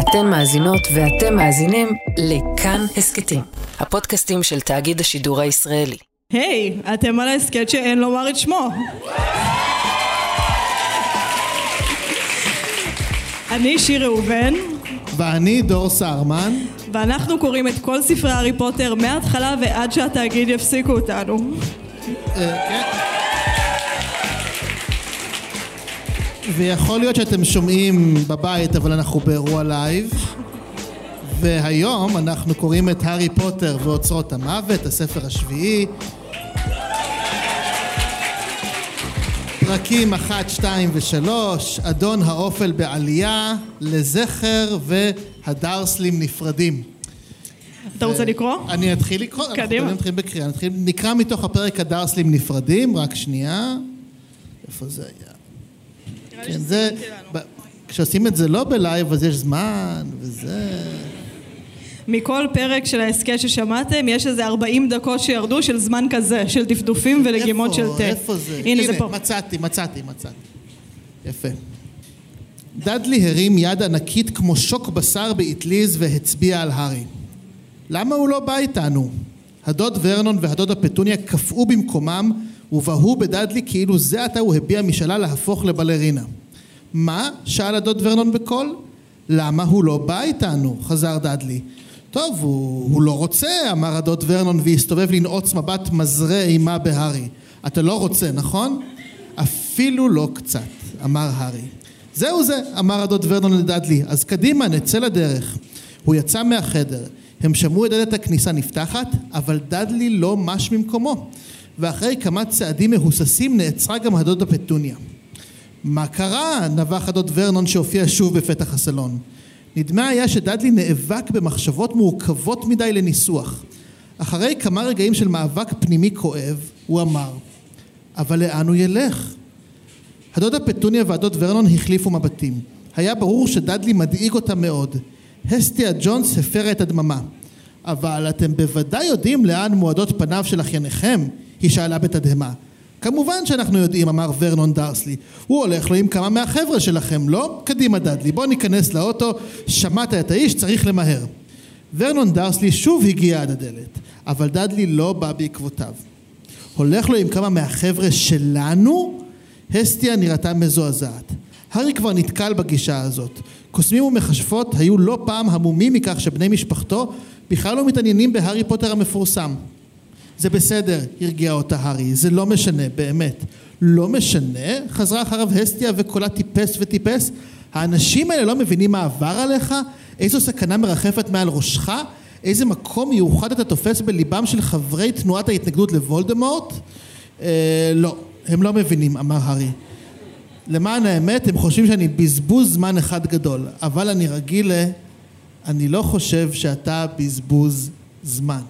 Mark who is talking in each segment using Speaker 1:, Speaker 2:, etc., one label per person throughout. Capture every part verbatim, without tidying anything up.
Speaker 1: אתן מאזינות ואתם מאזינים לכאן הסקטים, הפודקאסטים של תאגיד השידור הישראלי.
Speaker 2: היי, hey, אתם על ההסקט שאין לומר את שמו. אני שיר ראובן.
Speaker 3: ואני דור סהרמן.
Speaker 2: ואנחנו קוראים את כל ספרי הארי פוטר מההתחלה ועד שהתאגיד יפסיקו אותנו.
Speaker 3: כן. ויכול להיות שאתם שומעים בבית, אבל אנחנו באירוע לייב. והיום אנחנו קוראים את הארי פוטר ואוצרות המוות, הספר השביעי. פרקים אחת, שתיים ושלוש, אדון האופל בעלייה, לזכר והדרסלים נפרדים.
Speaker 2: אתה רוצה לקרוא?
Speaker 3: אני אתחיל לקרוא.
Speaker 2: קדימה.
Speaker 3: אנחנו נתחיל בקריאה. נתחיל, נקרא מתוך הפרק הדרסלים נפרדים, רק שנייה. איפה זה היה? כן, זה, ב, כשעושים את זה לא בלייב, אז יש זמן, וזה...
Speaker 2: מכל פרק של ההסקט ששמעתם, יש איזה ארבעים דקות שירדו של זמן כזה, של דפדופים ולגימות של תה.
Speaker 3: איפה זה?
Speaker 2: הנה,
Speaker 3: הנה
Speaker 2: זה פה.
Speaker 3: מצאתי, מצאתי, מצאתי. יפה. דאדלי הרים יד ענקית כמו שוק בשר באטליז והצביע על הארי. למה הוא לא בא איתנו? הדוד ורנון והדודה פטוניה קפאו במקומם, ובהו בדאדלי כאילו זה עתה הוא הביע משאלה להפוך לבלרינה. מה? שאל הדוד ורנון בקול. למה הוא לא בא איתנו? חזר דאדלי. טוב, הוא, הוא לא רוצה, אמר הדוד ורנון והסתובב לנעוץ מבט מזרה אימה בהארי. אתה לא רוצה, נכון? אפילו לא קצת, אמר הארי. זהו זה, אמר הדוד ורנון לדאדלי, אז קדימה, נצא לדרך. הוא יצא מהחדר. הם שמעו את דלת הכניסה נפתחת, אבל דאדלי לא מש ממקומו. ואחרי כמה צעדים מהוססים נעצרה גם הדודה פטוניה. מה קרה? נבח הדוד ורנון שהופיע שוב בפתח הסלון. נדמה היה שדאדלי נאבק במחשבות מורכבות מדי לניסוח. אחרי כמה רגעים של מאבק פנימי כואב, הוא אמר, אבל לאן הוא ילך? הדודה פטוניה והדוד ורנון החליפו מבטים. היה ברור שדאדלי מדאיג אותה מאוד. הסטיה ג'ונס הפרה את הדממה. אבל אתם בוודאי יודעים לאן מועדות פניו של אחייניכם? היא שאלה בתדהמה. כמובן שאנחנו יודעים, אמר ורנון דרסלי. הוא הולך לו עם כמה מהחבר'ה שלכם, לא? קדימה דאדלי, בוא ניכנס לאוטו, שמעת את האיש, צריך למהר. ורנון דרסלי שוב הגיע עד הדלת, אבל דאדלי לא בא בעקבותיו. הולך לו עם כמה מהחבר'ה שלנו? הסטיה נראתה מזועזעת. הארי כבר נתקל בגישה הזאת. קוסמים ומכשפות היו לא פעם המומים מכך שבני משפחתו בכלל לא מתעניינים בהארי פוטר המפורסם. זה בסדר, הרגיע אותה הארי, זה לא משנה, באמת. לא משנה, חזרה אחריו הסטיה וקולה טיפס וטיפס. האנשים האלה לא מבינים מה עבר עליך? איזו סכנה מרחפת מעל ראשך? איזה מקום מיוחד אתה תופס בליבם של חברי תנועת ההתנגדות לוולדמורט? אה, לא, הם לא מבינים, אמר הארי. למען האמת, הם חושבים שאני בזבוז זמן אחד גדול, אבל אני רגיל ל... אני לא חושב שאתה בזבוז זמן.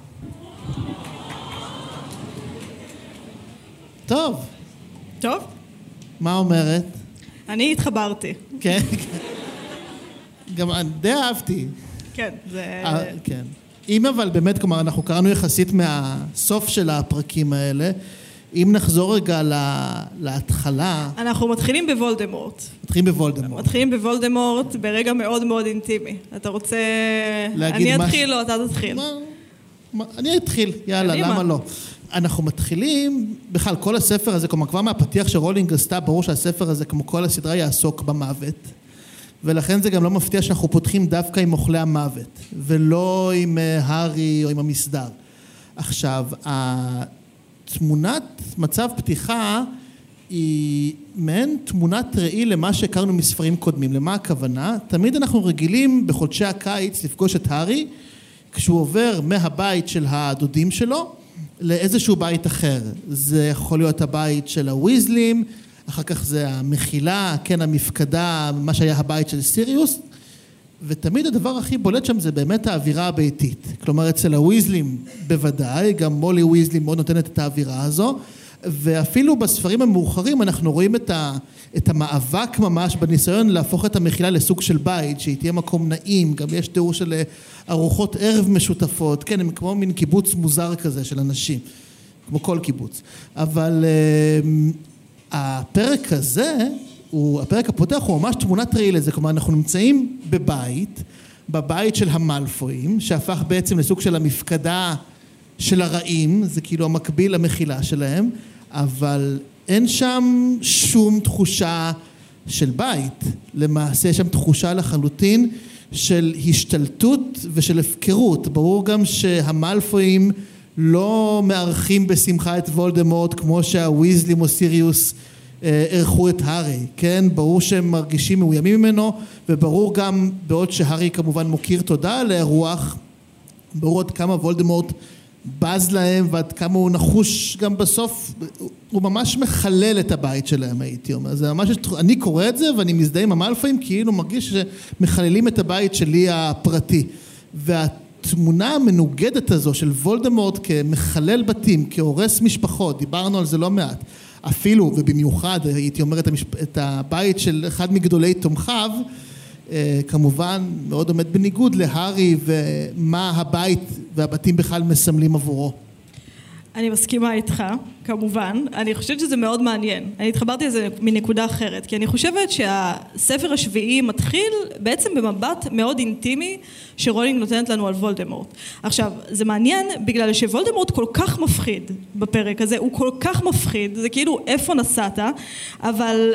Speaker 3: טוב.
Speaker 2: טוב?
Speaker 3: מה אומרת?
Speaker 2: אני התחברתי.
Speaker 3: כן, גם אני די אהבתי.
Speaker 2: כן, זה...
Speaker 3: כן. אם אבל באמת, כלומר, אנחנו קראנו יחסית מהסוף של הפרקים האלה, אם נחזור רגע להתחלה...
Speaker 2: אנחנו מתחילים בוולדמורט.
Speaker 3: מתחילים בוולדמורט.
Speaker 2: מתחילים בוולדמורט ברגע מאוד מאוד אינטימי. אתה רוצה... אני אתחיל או אתה תתחיל?
Speaker 3: אני אתחיל, יאללה, למה לא? אנחנו מתחילים, בכלל כל הספר הזה, כלומר כבר מהפתיח שרולינג עשתה, ברור שהספר הזה כמו כל הסדרה יעסוק במוות, ולכן זה גם לא מפתיע שאנחנו פותחים דווקא עם אוכלי המוות, ולא עם הארי או עם המסדר. עכשיו, התמונת מצב פתיחה היא מעין תמונת ראי למה שהכרנו מספרים קודמים. למה הכוונה? תמיד אנחנו רגילים בחודשי הקיץ לפגוש את הארי, כשהוא עובר מהבית של הדודים שלו, לאיזשהו בית אחר. זה יכול להיות הבית של הוויזלים, אחר כך זה המחילה, כן, המפקדה, מה שהיה הבית של סיריוס, ותמיד הדבר הכי בולט שם זה באמת האווירה הביתית. כלומר, אצל הוויזלים בוודאי, גם מולי וויזלי מאוד נותנת את האווירה הזו, ואפילו בספרים המאוחרים אנחנו רואים את, ה, את המאבק ממש בניסיון להפוך את המחילה לסוג של בית, שהיא תהיה מקום נעים, גם יש תיאור של ארוחות ערב משותפות, כן, הם כמו מין קיבוץ מוזר כזה של אנשים, כמו כל קיבוץ. אבל uh, הפרק הזה, הוא, הפרק הפותח הוא ממש תמונת ראי לזה, כלומר אנחנו נמצאים בבית, בבית של המלפויים, שהפך בעצם לסוג של המפקדה של הרעים, זה כאילו המקביל למחילה שלהם, אבל אין שם שום תחושה של בית, למעשה יש שם תחושה לחלוטין של השתלטות ושל הפקרות. ברור גם שהמלפויים לא מארחים בשמחה את וולדמורט כמו שהוויזלים או סיריוס ערכו את הארי, כן? ברור שהם מרגישים מאוימים ממנו, וברור גם בעוד שהארי כמובן מוקיר תודה על האירוח, ברור עד כמה וולדמורט בז להם ועד כמה הוא נחוש גם בסוף, הוא ממש מחלל את הבית שלהם, הייתי אומר. זה ממש, אני קורא את זה ואני מזדהה עם המלפויים כאילו מרגיש שמחללים את הבית שלי הפרטי. והתמונה המנוגדת הזו של וולדמורט כמחלל בתים, כהורס משפחות, דיברנו על זה לא מעט, אפילו ובמיוחד הייתי אומר את הבית של אחד מגדולי תומכיו, כמובן מאוד עומד בניגוד להארי ומה הבית והבתים בכלל מסמלים עבורו.
Speaker 2: אני מסכימה איתך, כמובן. אני חושבת שזה מאוד מעניין. אני התחברתי לזה מנקודה אחרת, כי אני חושבת שהספר השביעי מתחיל בעצם במבט מאוד אינטימי שרולינג נותנת לנו על וולדמורט. עכשיו, זה מעניין בגלל שוולדמורט כל כך מפחיד בפרק הזה, הוא כל כך מפחיד, זה כאילו איפה נסעת, אבל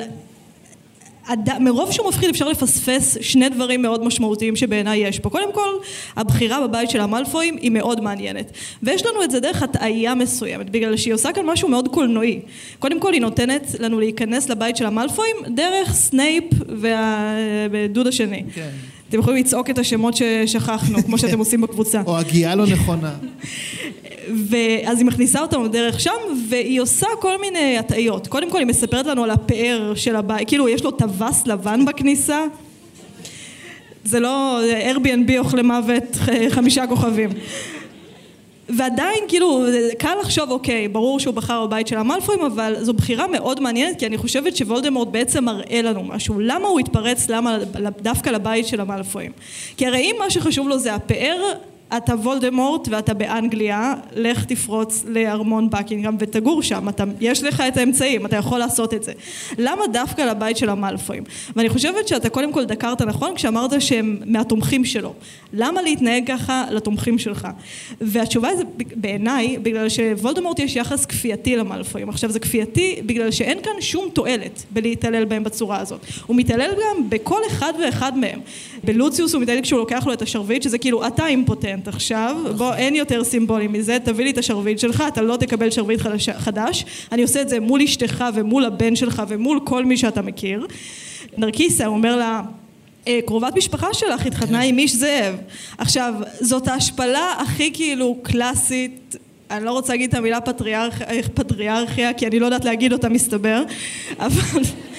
Speaker 2: מרוב שהוא מפחיד אפשר לפספס שני דברים מאוד משמעותיים שבעיניי יש פה. קודם כל, הבחירה בבית של המלפויים היא מאוד מעניינת. ויש לנו את זה דרך הטעייה מסוימת, בגלל שהיא עושה כאן משהו מאוד קולנועי. קודם כל, היא נותנת לנו להיכנס לבית של המלפויים דרך סנייפ והדוד השני. כן. אתם יכולים לצעוק את השמות ששכחנו, כמו שאתם עושים בקבוצה.
Speaker 3: או הגיעה לא נכונה.
Speaker 2: ואז היא מכניסה אותנו דרך שם, והיא עושה כל מיני הטעיות. קודם כל היא מספרת לנו על הפאר של הבית, כאילו יש לו טווס לבן בכניסה. זה לא Airbnb אוכל מוות חמישה כוכבים. ועדיין כאילו קל לחשוב אוקיי, ברור שהוא בחר בבית של המלפויים, אבל זו בחירה מאוד מעניינת, כי אני חושבת שוולדמורט בעצם מראה לנו משהו. למה הוא התפרץ למה דווקא לבית של המלפויים? כי הרי אם מה שחשוב לו זה הפאר, אתה וולדמורט ואתה באנגליה, לך תפרוץ לארמון בקינגהאם ותגור שם, אתה, יש לך את האמצעים, אתה יכול לעשות את זה. למה דווקא לבית של המלפויים? ואני חושבת שאתה קודם כל דקרת נכון כשאמרת שהם מהתומכים שלו. למה להתנהג ככה לתומכים שלך? והתשובה היא בעיניי, בגלל שוולדמורט יש יחס כפייתי למלפויים. עכשיו זה כפייתי בגלל שאין כאן שום תועלת בלהתעלל בהם בצורה הזאת. הוא מתעלל גם בכל אחד ואחד מהם. בלוציוס הוא מתעלל כשהוא לוקח לו את השרביט, שזה כאילו אתה אימפוטנט עכשיו, בוא אין יותר סימבולי מזה, תביא לי את השרביט שלך, אתה לא תקבל שרביט חדש, אני עושה את זה מול אשתך ומול הבן שלך ומול כל מי שאתה מכיר. נרקיסה, הוא אומר לה, קרובת משפחה שלך התחתנה עם איש זאב. עכשיו, זאת ההשפלה הכי כאילו קלאסית, אני לא רוצה להגיד את המילה פטריארכ, פטריארכיה, כי אני לא יודעת להגיד אותה מסתבר, אבל...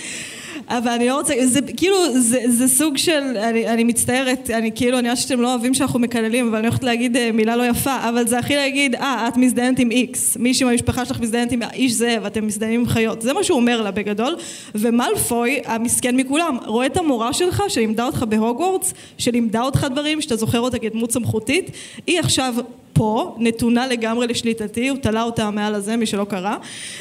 Speaker 2: אבל אני לא רוצה, זה כאילו, זה, זה סוג של, אני, אני מצטערת, אני כאילו, אני חושבת שאתם לא אוהבים שאנחנו מקללים, אבל אני הולכת להגיד מילה לא יפה, אבל זה הכי להגיד, אה, את מזדיינת עם איקס, מישהו מהמשפחה שלך מזדיינת עם איש זה, ואתם מזדיינים עם חיות, זה מה שהוא אומר לה בגדול, ומלפוי, המסכן מכולם, רואה את המורה שלך, שלימדה אותך בהוגוורטס, שלימדה אותך דברים, שאתה זוכר אותה כדמות סמכותית, היא עכשיו פה, נתונה לגמרי לשליטתי, הוא תלה אותה מעל הזה, מי שלא קרה,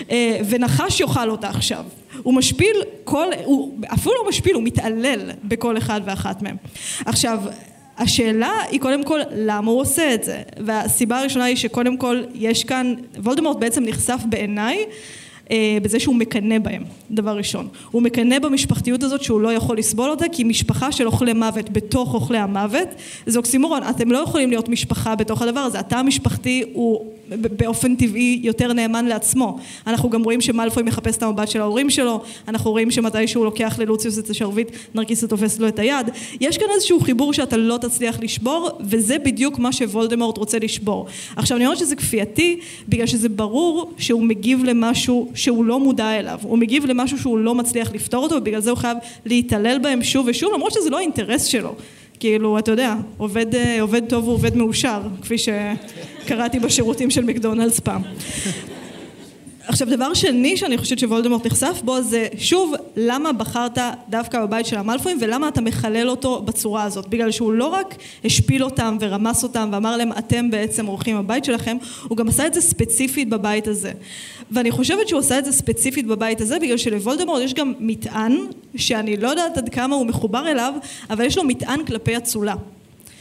Speaker 2: ונחש יאכל אותה עכשיו. הוא משפיל כל, הוא אפילו לא משפיל, הוא מתעלל בכל אחד ואחת מהם. עכשיו, השאלה היא קודם כל, למה הוא עושה את זה? והסיבה הראשונה היא שקודם כל יש כאן, וולדמורט בעצם נחשף בעיניי, בזה שהוא מקנה בהם, דבר ראשון. הוא מקנה במשפחתיות הזאת שהוא לא יכול לסבול אותה, כי משפחה של אוכלי מוות בתוך אוכלי המוות, זה אוקסימורון, אתם לא יכולים להיות משפחה בתוך הדבר הזה, התא המשפחתי הוא באופן טבעי יותר נאמן לעצמו. אנחנו גם רואים שמלפוי מחפש את המבט של ההורים שלו, אנחנו רואים שמתי שהוא לוקח ללוציוס את השרביט, נרקיסה תופס לו את היד. יש כאן איזשהו חיבור שאתה לא תצליח לשבור, וזה בדיוק מה שוולדמורט רוצה לשבור. עכשיו אני אומרת שזה כפייתי, בגלל שזה ברור שהוא מגיב למשהו שהוא לא מודע אליו, הוא מגיב למשהו שהוא לא מצליח לפתור אותו, ובגלל זה הוא חייב להתעלל בהם שוב ושוב, למרות שזה לא האינטרס שלו. כאילו, אתה יודע, עובד, עובד טוב ועובד מאושר, כפי שקראתי בשירותים של מקדונלדס פעם. עכשיו, דבר שני שאני חושבת שוולדמורט נחשף בו זה, שוב, למה בחרת דווקא בבית של המלפויים, ולמה אתה מחלל אותו בצורה הזאת? בגלל שהוא לא רק השפיל אותם ורמס אותם ואמר להם, אתם בעצם אורחים בבית שלכם, הוא גם עשה את זה ספציפית בבית הזה. ואני חושבת שהוא עשה את זה ספציפית בבית הזה, בגלל שלוולדמורט יש גם מטען, שאני לא יודעת עד כמה הוא מחובר אליו, אבל יש לו מטען כלפי הצולה.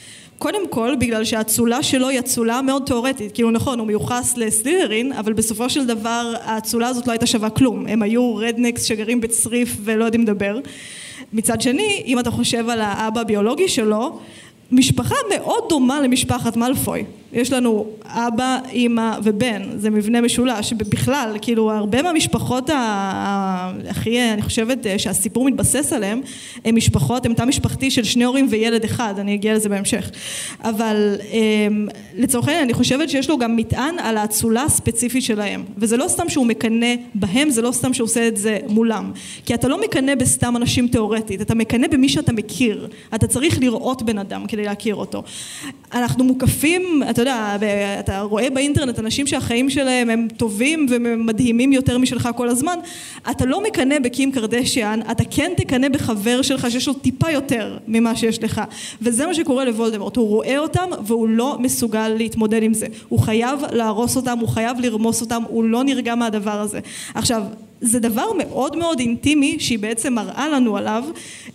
Speaker 2: קודם כל, בגלל שהצולה שלו היא הצולה מאוד תיאורטית, כאילו נכון, הוא מיוחס לסלית'רין, אבל בסופו של דבר הצולה הזאת לא הייתה שווה כלום, הם היו רדנקס שגרים בצריף ולא יודעים לדבר. מצד שני, אם אתה חושב על האבא הביולוגי שלו, משפחה מאוד דומה למשפחת מלפוי. יש לנו אבא, אמא ובן, זה מבנה משולש, בכלל, כאילו הרבה מהמשפחות הכי, אני חושבת שהסיפור מתבסס עליהם, הם משפחות, הם תא משפחתי של שני הורים וילד אחד, אני אגיע לזה בהמשך. אבל לצורך העניין, אני חושבת שיש לו גם מטען על האצולה הספציפית שלהם, וזה לא סתם שהוא מקנה בהם, זה לא סתם שהוא עושה את זה מולם, כי אתה לא מקנה בסתם אנשים תיאורטית, אתה מקנה במי שאתה מכיר, אתה צריך לראות בן אדם כדי להכיר אותו. אנחנו מוקפים, אתה יודע, אתה רואה באינטרנט אנשים שהחיים שלהם הם טובים ומדהימים יותר משלך כל הזמן, אתה לא מקנה בקים קרדשיאן, אתה כן תקנה בחבר שלך שיש לו טיפה יותר ממה שיש לך, וזה מה שקורה לוולדמורט, הוא רואה אותם והוא לא מסוגל להתמודד עם זה, הוא חייב להרוס אותם, הוא חייב לרמוס אותם, הוא לא נרגע מהדבר הזה. עכשיו, זה דבר מאוד מאוד אינטימי שהיא בעצם מראה לנו עליו,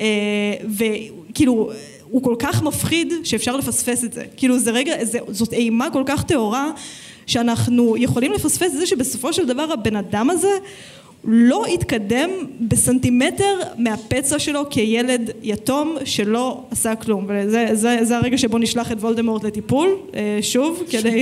Speaker 2: וכאילו הוא כל כך מפחיד שאפשר לפספס את זה. כאילו זה רגע, זה, זאת אימה כל כך תאורה שאנחנו יכולים לפספס את זה שבסופו של דבר הבן אדם הזה לא התקדם בסנטימטר מהפצע שלו כילד יתום שלא עשה כלום. וזה זה, זה הרגע שבו נשלח את וולדמורט לטיפול, שוב, כדי...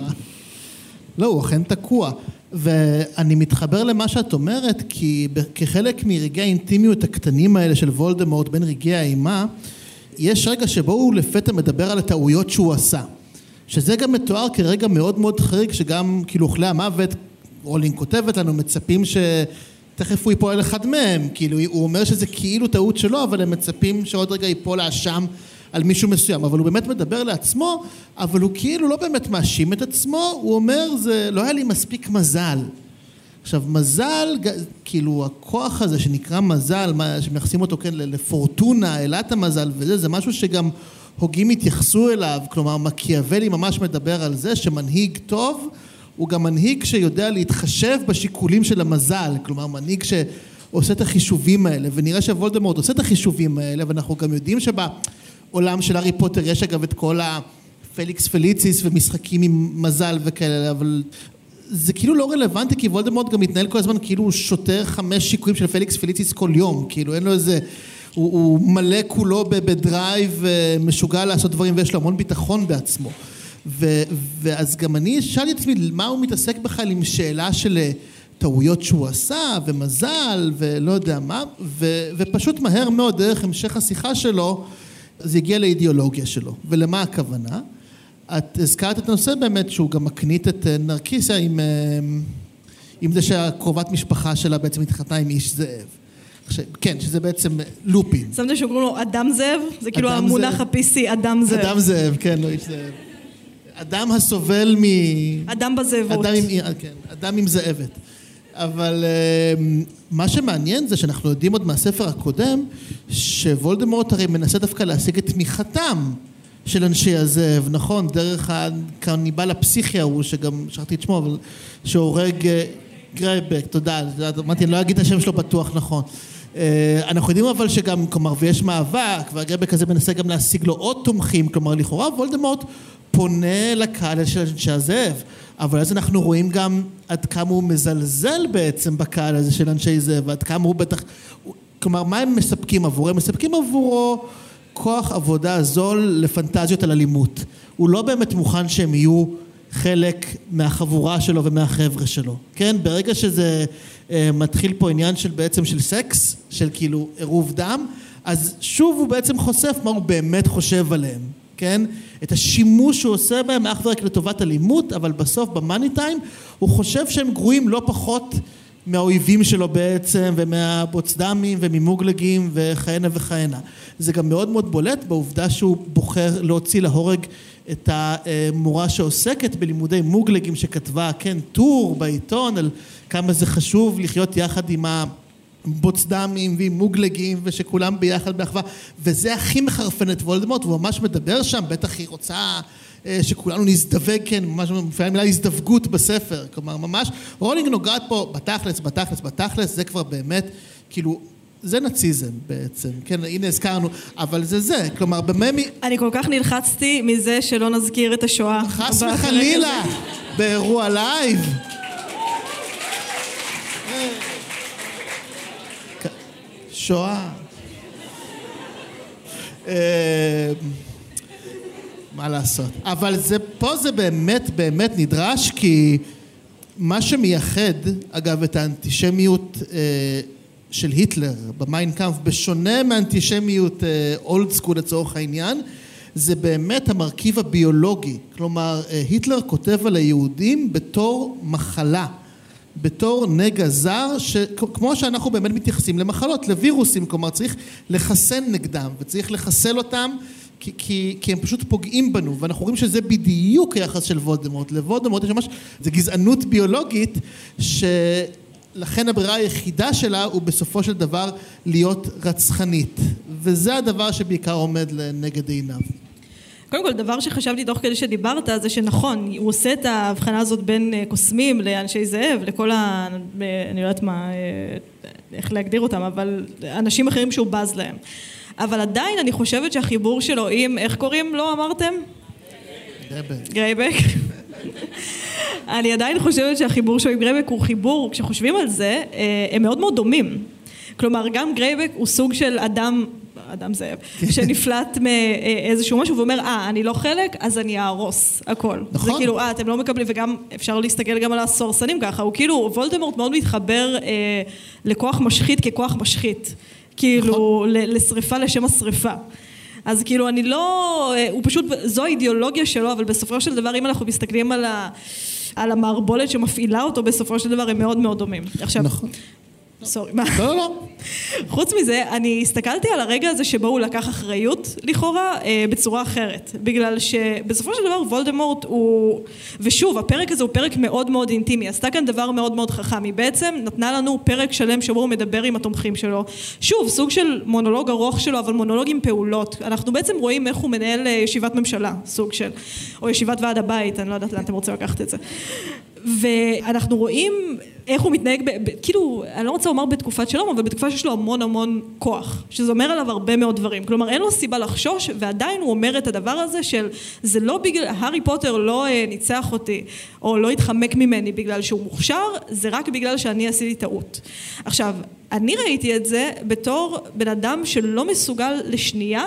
Speaker 3: לא, הוא אכן תקוע. ואני מתחבר למה שאת אומרת, כי כחלק מרגעי האינטימיות הקטנים האלה של וולדמורט בין רגעי האימה, יש רגע שבו הוא לפתע מדבר על הטעויות שהוא עשה. שזה גם מתואר כרגע מאוד מאוד חריג, שגם כאילו אוכלי המוות, רולינג כותבת לנו, מצפים שתכף הוא ייפול אחד מהם. כאילו הוא אומר שזה כאילו טעות שלו, אבל הם מצפים שעוד רגע ייפול האשם על מישהו מסוים. אבל הוא באמת מדבר לעצמו, אבל הוא כאילו לא באמת מאשים את עצמו, הוא אומר, זה לא היה לי מספיק מזל. עכשיו, מזל, כאילו, הכוח הזה שנקרא מזל, שמייחסים אותו כן לפורטונה, אלת המזל וזה, זה משהו שגם הוגים התייחסו אליו, כלומר, מקיאוולי ממש מדבר על זה, שמנהיג טוב, הוא גם מנהיג שיודע להתחשב בשיקולים של המזל, כלומר, מנהיג שעושה את החישובים האלה, ונראה שוולדמורט עושה את החישובים האלה, ואנחנו גם יודעים שבעולם של הארי פוטר יש אגב את כל הפליקס פליציס ומשחקים עם מזל וכאלה, אבל... זה כאילו לא רלוונטי, כי וולדמורט גם מתנהל כל הזמן כאילו הוא שוטר חמש שיקויים של פליקס פליציס כל יום, כאילו אין לו איזה, הוא, הוא מלא כולו בדרייב, משוגע לעשות דברים ויש לו המון ביטחון בעצמו. ו, ואז גם אני שאלתי את עצמי, מה הוא מתעסק בכלל עם שאלה של טעויות שהוא עשה ומזל ולא יודע מה, ו, ופשוט מהר מאוד דרך המשך השיחה שלו, זה הגיע לאידיאולוגיה שלו. ולמה הכוונה? את הזכרת את הנושא באמת שהוא גם מקנית את נרקיסה עם, עם זה שהקרובת משפחה שלה בעצם התחתנה עם איש זאב. כן, שזה בעצם לופין.
Speaker 2: שמת שקוראים לו אדם זאב? זה כאילו המונח ה-פי סי, אדם זאב.
Speaker 3: אדם זאב, כן, לא איש זאב. אדם הסובל מ...
Speaker 2: אדם בזאבות.
Speaker 3: אדם עם, כן, אדם עם זאבת. אבל מה שמעניין זה שאנחנו יודעים עוד מהספר הקודם, שוולדמורט הרי מנסה דווקא להשיג את תמיכתם של אנשי הזאב, נכון, דרך הקניבל הפסיכי ההוא, שגם שכחתי את שמו, אבל שהורג גרייבק, תודה, אמרתי, אני לא אגיד את השם שלו בטוח, נכון. אנחנו יודעים אבל שגם, כלומר, ויש מאבק, והגרייבק הזה מנסה גם להשיג לו עוד תומכים, כלומר, לכאורה, וולדמורט פונה לקהל של אנשי הזאב, אבל אז אנחנו רואים גם עד כמה הוא מזלזל בעצם בקהל הזה של אנשי זאב, ועד כמה הוא בטח, כלומר, מה הם מספקים עבורו? הם מספקים עבורו כוח עבודה זול לפנטזיות על אלימות. הוא לא באמת מוכן שהם יהיו חלק מהחבורה שלו ומהחבר'ה שלו. כן? ברגע שזה אה, מתחיל פה עניין של בעצם של סקס, של כאילו עירוב דם, אז שוב הוא בעצם חושף מה הוא באמת חושב עליהם. כן? את השימוש שהוא עושה בהם אך ורק לטובת אלימות, אבל בסוף במאני טיים הוא חושב שהם גרועים לא פחות מהאויבים שלו בעצם, ומהבוצדמים וממוגלגים וכהנה וכהנה. זה גם מאוד מאוד בולט בעובדה שהוא בוחר להוציא להורג את המורה שעוסקת בלימודי מוגלגים שכתבה, כן, טור בעיתון על כמה זה חשוב לחיות יחד עם הבוצדמים ועם מוגלגים ושכולם ביחד באחווה, וזה הכי מחרפן את וולדמורט, הוא ממש מדבר שם, בטח היא רוצה שכולנו נזדווג, כן, ממש מופיעה מילה הזדווגות בספר, כלומר ממש, רולינג נוגעת פה בתכלס, בתכלס, בתכלס, זה כבר באמת, כאילו, זה נאציזם בעצם, כן, הנה הזכרנו, אבל זה זה, כלומר, בממי...
Speaker 2: אני כל כך נלחצתי מזה שלא נזכיר את השואה.
Speaker 3: חס וחלילה, באירוע לייב. שואה. מה לעשות? אבל זה, פה זה באמת באמת נדרש, כי מה שמייחד, אגב, את האנטישמיות של היטלר במיין קאמפף, בשונה מאנטישמיות אולד סקול לצורך העניין, זה באמת המרכיב הביולוגי. כלומר, היטלר כותב על היהודים בתור מחלה, בתור נגע זר, כמו שאנחנו באמת מתייחסים למחלות, לווירוסים, כלומר צריך לחסן נגדם, וצריך לחסל אותם, כי, כי, כי הם פשוט פוגעים בנו, ואנחנו רואים שזה בדיוק היחס של וולדמורט. לוולדמורט יש ממש, זה גזענות ביולוגית, שלכן הברירה היחידה שלה הוא בסופו של דבר להיות רצחנית, וזה הדבר שבעיקר עומד לנגד עיניו.
Speaker 2: קודם כל, דבר שחשבתי תוך כדי שדיברת, זה שנכון, הוא עושה את ההבחנה הזאת בין קוסמים לאנשי זאב, לכל ה... אני לא יודעת מה, איך להגדיר אותם, אבל אנשים אחרים שהוא בז להם. אבל עדיין אני חושבת שהחיבור שלו עם, איך קוראים לו אמרתם?
Speaker 3: גרייבק.
Speaker 2: גרייבק. אני עדיין חושבת שהחיבור שלו עם גרייבק הוא חיבור, כשחושבים על זה, הם מאוד מאוד דומים. כלומר, גם גרייבק הוא סוג של אדם, אדם זאב, שנפלט מאיזשהו משהו ואומר, אה, אני לא חלק, אז אני אהרוס הכל.
Speaker 3: נכון.
Speaker 2: זה כאילו, אה, אתם לא מקבלים, וגם אפשר להסתכל גם על הסורסנים ככה, הוא כאילו, וולדמורט מאוד מתחבר אה, לכוח משחית ככוח משחית. כאילו, נכון. לשריפה לשם השריפה. אז כאילו, אני לא, הוא פשוט, זו האידיאולוגיה שלו, אבל בסופו של דבר, אם אנחנו מסתכלים על ה... על המערבולת שמפעילה אותו, בסופו של דבר הם מאוד מאוד דומים. עכשיו,
Speaker 3: נכון.
Speaker 2: סורי, מה?
Speaker 3: לא, לא.
Speaker 2: חוץ מזה, אני הסתכלתי על הרגע הזה שבו הוא לקח אחריות, לכאורה, בצורה אחרת. בגלל שבסופו של דבר וולדמורט הוא... ושוב, הפרק הזה הוא פרק מאוד מאוד אינטימי. עשתה כאן דבר מאוד מאוד חכם. היא בעצם נתנה לנו פרק שלם שבו הוא מדבר עם התומכים שלו. שוב, סוג של מונולוג ארוך שלו, אבל מונולוג עם פעולות. אנחנו בעצם רואים איך הוא מנהל ישיבת ממשלה, סוג של... או ישיבת ועד הבית, אני לא יודעת לאן אתם רוצים לקחת את זה. ואנחנו רואים איך הוא מתנהג, ב, ב, כאילו, אני לא רוצה לומר בתקופת שלום, אבל בתקופה שיש לו המון המון כוח, שזה אומר עליו הרבה מאוד דברים. כלומר, אין לו סיבה לחשוש, ועדיין הוא אומר את הדבר הזה של, זה לא בגלל, הארי פוטר לא ניצח אותי, או לא התחמק ממני בגלל שהוא מוכשר, זה רק בגלל שאני עשיתי טעות. עכשיו, אני ראיתי את זה בתור בן אדם שלא מסוגל לשנייה,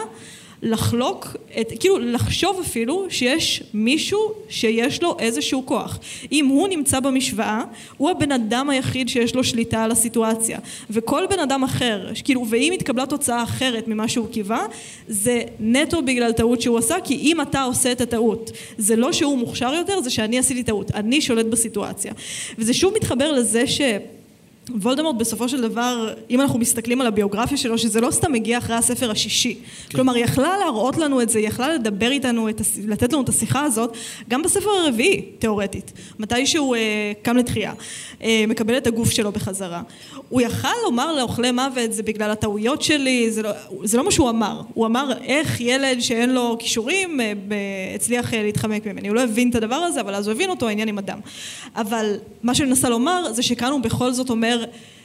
Speaker 2: לחלוק, את, כאילו לחשוב אפילו שיש מישהו שיש לו איזשהו כוח. אם הוא נמצא במשוואה, הוא הבן אדם היחיד שיש לו שליטה על הסיטואציה. וכל בן אדם אחר, כאילו, ואם התקבלה תוצאה אחרת ממה שהוא קיווה, זה נטו בגלל טעות שהוא עשה, כי אם אתה עושה את הטעות, זה לא שהוא מוכשר יותר, זה שאני עשיתי טעות. אני שולט בסיטואציה. וזה שוב מתחבר לזה ש... וולדמורט בסופו של דבר, אם אנחנו מסתכלים על הביוגרפיה שלו, שזה לא סתם מגיע אחרי הספר השישי. כן. כלומר, היא יכלה להראות לנו את זה, היא יכלה לדבר איתנו, את, לתת לנו את השיחה הזאת, גם בספר הרביעי, תיאורטית. מתי שהוא אה, קם לתחייה, אה, מקבל את הגוף שלו בחזרה. הוא יכל לומר לאוכלי מוות, זה בגלל הטעויות שלי, זה לא, זה לא מה שהוא אמר. הוא אמר, איך ילד שאין לו כישורים, אה, הצליח אה, להתחמק ממני. הוא לא הבין את הדבר הזה, אבל אז הוא הבין אותו, העניין עם אדם. אבל מה שאני מנסה לומר, זה שכאן הוא בכל זאת אומר,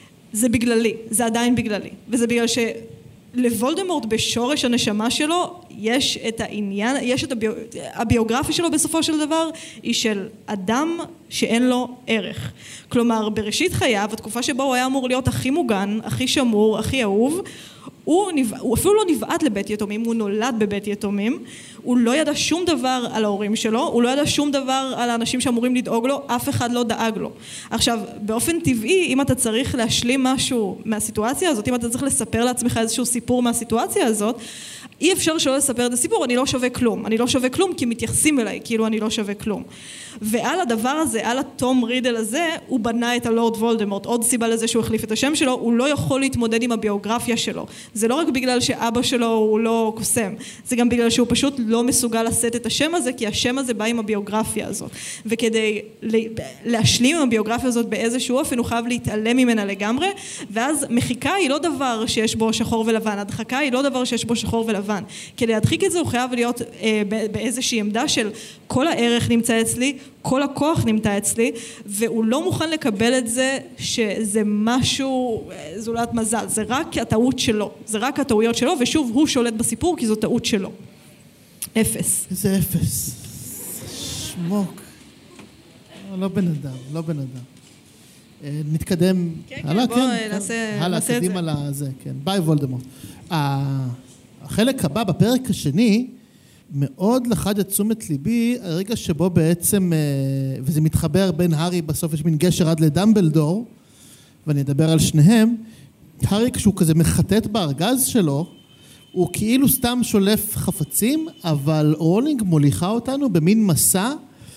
Speaker 2: זה בגללי, זה עדיין בגללי, וזה בגלל שלוולדמורט בשורש הנשמה שלו יש את העניין, יש את הביו... הביוגרפיה שלו בסופו של דבר היא של אדם שאין לו ערך. כלומר, בראשית חייו, התקופה שבה הוא היה אמור להיות הכי מוגן, הכי שמור, הכי אהוב, הוא, נבע... הוא אפילו לא נבעט לבית יתומים, הוא נולד בבית יתומים, הוא לא ידע שום דבר על ההורים שלו, הוא לא ידע שום דבר על האנשים שאמורים לדאוג לו, אף אחד לא דאג לו. עכשיו, באופן טבעי, אם אתה צריך להשלים משהו מהסיטואציה הזאת, אם אתה צריך לספר לעצמך איזשהו סיפור מהסיטואציה הזאת, אי אפשר שלא לספר את הסיפור, אני לא שווה כלום. אני לא שווה כלום כי מתייחסים אליי, כאילו אני לא שווה כלום. ועל הדבר הזה, על התום רידל הזה, הוא בנה את הלורד וולדמורט. עוד סיבה לזה שהוא החליף את השם שלו, הוא לא יכול להתמודד עם הביוגרפיה שלו. זה לא רק בגלל שאבא שלו הוא לא קוסם, זה גם בגלל שהוא פשוט לא מסוגל לשאת את השם הזה, כי השם הזה בא עם הביוגרפיה הזאת. וכדי להשלים עם הביוגרפיה הזאת באיזשהו אופן, הוא חייב להתעלם ממנה לגמרי, ואז מחיקה היא לא דבר שיש בו שחור ולבן, הדחקה היא לא דבר שיש בו שחור ולבן. לבן. כדי להדחיק את זה הוא חייב להיות אה, באיזושהי עמדה של כל הערך נמצא אצלי, כל הכוח נמצא אצלי, והוא לא מוכן לקבל את זה שזה משהו, זולת מזל, זה רק הטעות שלו, זה רק הטעויות שלו, ושוב הוא שולט בסיפור כי זו טעות שלו. אפס.
Speaker 3: איזה אפס. שמוק. לא בן אדם, לא בן אדם. נתקדם.
Speaker 2: כן, כן, בוא נעשה את זה.
Speaker 3: הלאה, זה, כן. ביי וולדמורט. החלק הבא בפרק השני, מאוד לחד את תשומת ליבי, הרגע שבו בעצם, וזה מתחבר בין הארי, בסוף יש מין גשר עד לדמבלדור, ואני אדבר על שניהם, הארי כשהוא כזה מחטט בארגז שלו, הוא כאילו סתם שולף חפצים, אבל רולינג מוליכה אותנו במין מסע,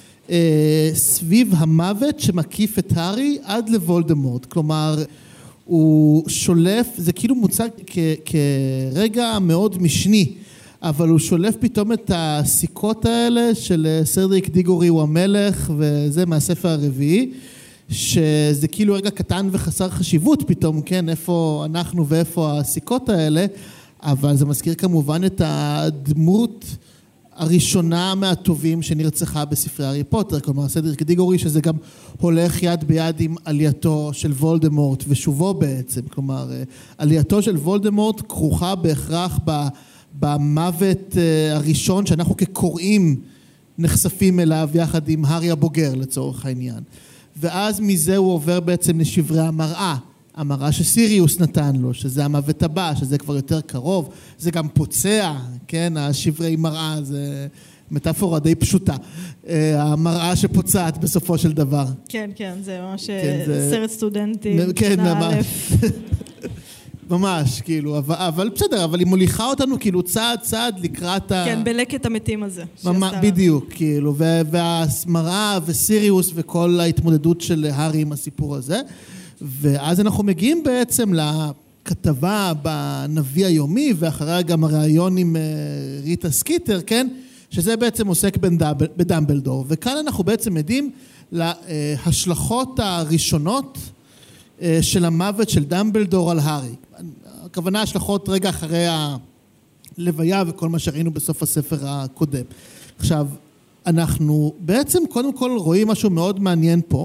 Speaker 3: סביב המוות שמקיף את הארי עד לוולדמורט. כלומר, הוא שולף, זה כאילו מוצג כ- כרגע מאוד משני, אבל הוא שולף פתאום את הסיכות האלה של סדריק דיגורי הוא המלך, וזה מהספר הרביעי, שזה כאילו רגע קטן וחסר חשיבות פתאום, כן, איפה אנחנו ואיפה הסיכות האלה, אבל זה מזכיר כמובן את הדמות הראשונה מהטובים שנרצחה בספרי הארי פוטר, כלומר סדריק דיגורי, שזה גם הולך יד ביד עם עלייתו של וולדמורט ושובו בעצם, כלומר עלייתו של וולדמורט כרוכה בהכרח במוות הראשון שאנחנו כקוראים נחשפים אליו יחד עם הארי הבוגר לצורך העניין, ואז מזה הוא עובר בעצם לשברי המראה, המראה שסיריוס נתן לו, שזה המוות הבא, שזה כבר יותר קרוב, זה גם פוצע, כן, השברי מראה, זה מטאפורה די פשוטה, המראה שפוצעת בסופו של דבר.
Speaker 2: כן, כן, זה ממש כן, זה... סרט סטודנטי,
Speaker 3: כן, ממש. ממש, כאילו, אבל, אבל בסדר, אבל היא מוליכה אותנו כאילו צעד צעד לקראת ה...
Speaker 2: כן, בלקט המתים הזה.
Speaker 3: ממש, בדיוק, כאילו, והמראה וסיריוס וכל ההתמודדות של הארי עם הסיפור הזה, ואז אנחנו מגיעים בעצם לכתבה בנביא היומי, ואחריה גם הראיון עם ריטה סקיטר, כן? שזה בעצם עוסק בדמבלדור. וכאן אנחנו בעצם עדים להשלכות הראשונות של המוות של דמבלדור על הארי. הכוונה השלכות רגע אחרי הלוויה וכל מה שראינו בסוף הספר הקודם. עכשיו, אנחנו בעצם קודם כל רואים משהו מאוד מעניין פה,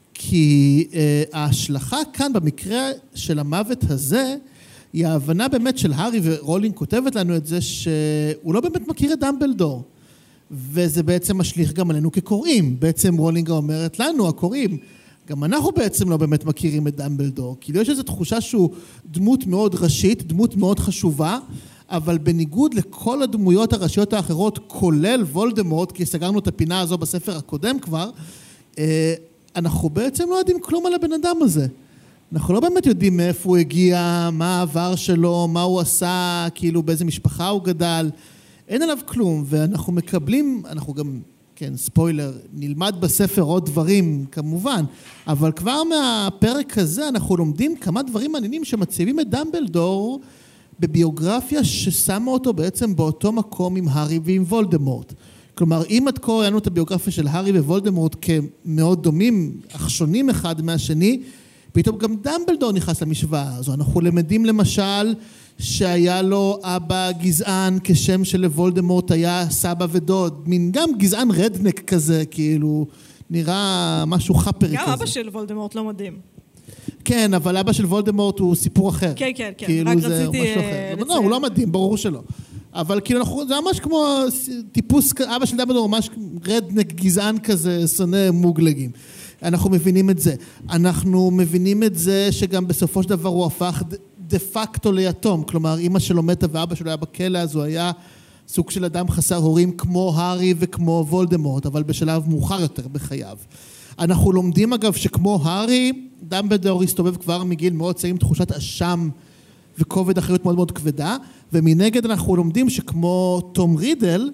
Speaker 3: כי uh, ההשלכה כאן במקרה של המוות הזה, היא ההבנה באמת של הארי, ורולינג כותבת לנו את זה, שהוא לא באמת מכיר את דמבלדור. וזה בעצם משליך גם עלינו כקוראים. בעצם רולינג אומרת לנו, הקוראים, גם אנחנו בעצם לא באמת מכירים את דמבלדור. כאילו יש איזו תחושה שהוא דמות מאוד ראשית, דמות מאוד חשובה, אבל בניגוד לכל הדמויות הראשיות האחרות, כולל וולדמורט, כי סגרנו את הפינה הזו בספר הקודם כבר, uh, אנחנו בעצם לא יודעים כלום על הבן אדם הזה. אנחנו לא באמת יודעים מאיפה הוא הגיע, מה העבר שלו, מה הוא עשה, כאילו באיזה משפחה הוא גדל. אין עליו כלום, ואנחנו מקבלים, אנחנו גם, כן, ספוילר, נלמד בספר עוד דברים כמובן, אבל כבר מהפרק הזה אנחנו לומדים כמה דברים מעניינים שמציבים את דמבלדור בביוגרפיה ששמה אותו בעצם באותו מקום עם הארי ועם וולדמורט. כלומר, אם עד כה ראינו את הביוגרפיה של הארי ווולדמורט כמאוד דומים, אך שונים אחד מהשני, פתאום גם דמבלדור נכנס למשוואה הזו. אנחנו למדים למשל שהיה לו אבא גזען כשם שלוולדמורט היה סבא ודוד, מין גם גזען רדנק כזה, כאילו נראה משהו חפרי
Speaker 2: גם
Speaker 3: כזה.
Speaker 2: גם אבא של וולדמורט לא מדהים.
Speaker 3: כן, אבל אבא של וולדמורט הוא סיפור אחר.
Speaker 2: כן, כן, כן.
Speaker 3: כאילו
Speaker 2: רק
Speaker 3: זה
Speaker 2: רציתי
Speaker 3: משהו אחר. לא, הוא לא מדהים, ברור שלא. אבל כאילו אנחנו, זה ממש כמו טיפוס, אבא של דמבלדור ממש רדנק גזען כזה, שונא מוגלגים. אנחנו מבינים את זה. אנחנו מבינים את זה שגם בסופו של דבר הוא הפך דה פקטו ליתום. כלומר, אמא שלו מתה ואבא שלו היה בכלא, אז הוא היה סוג של אדם חסר הורים כמו הארי וכמו וולדמורט, אבל בשלב מאוחר יותר בחייו. אנחנו לומדים אגב שכמו הארי, דמבלדור הסתובב כבר מגיל מאוד צעיר עם תחושת אשם וכובד אחריות מאוד מאוד כבדה, ומנגד אנחנו לומדים שכמו תום רידל,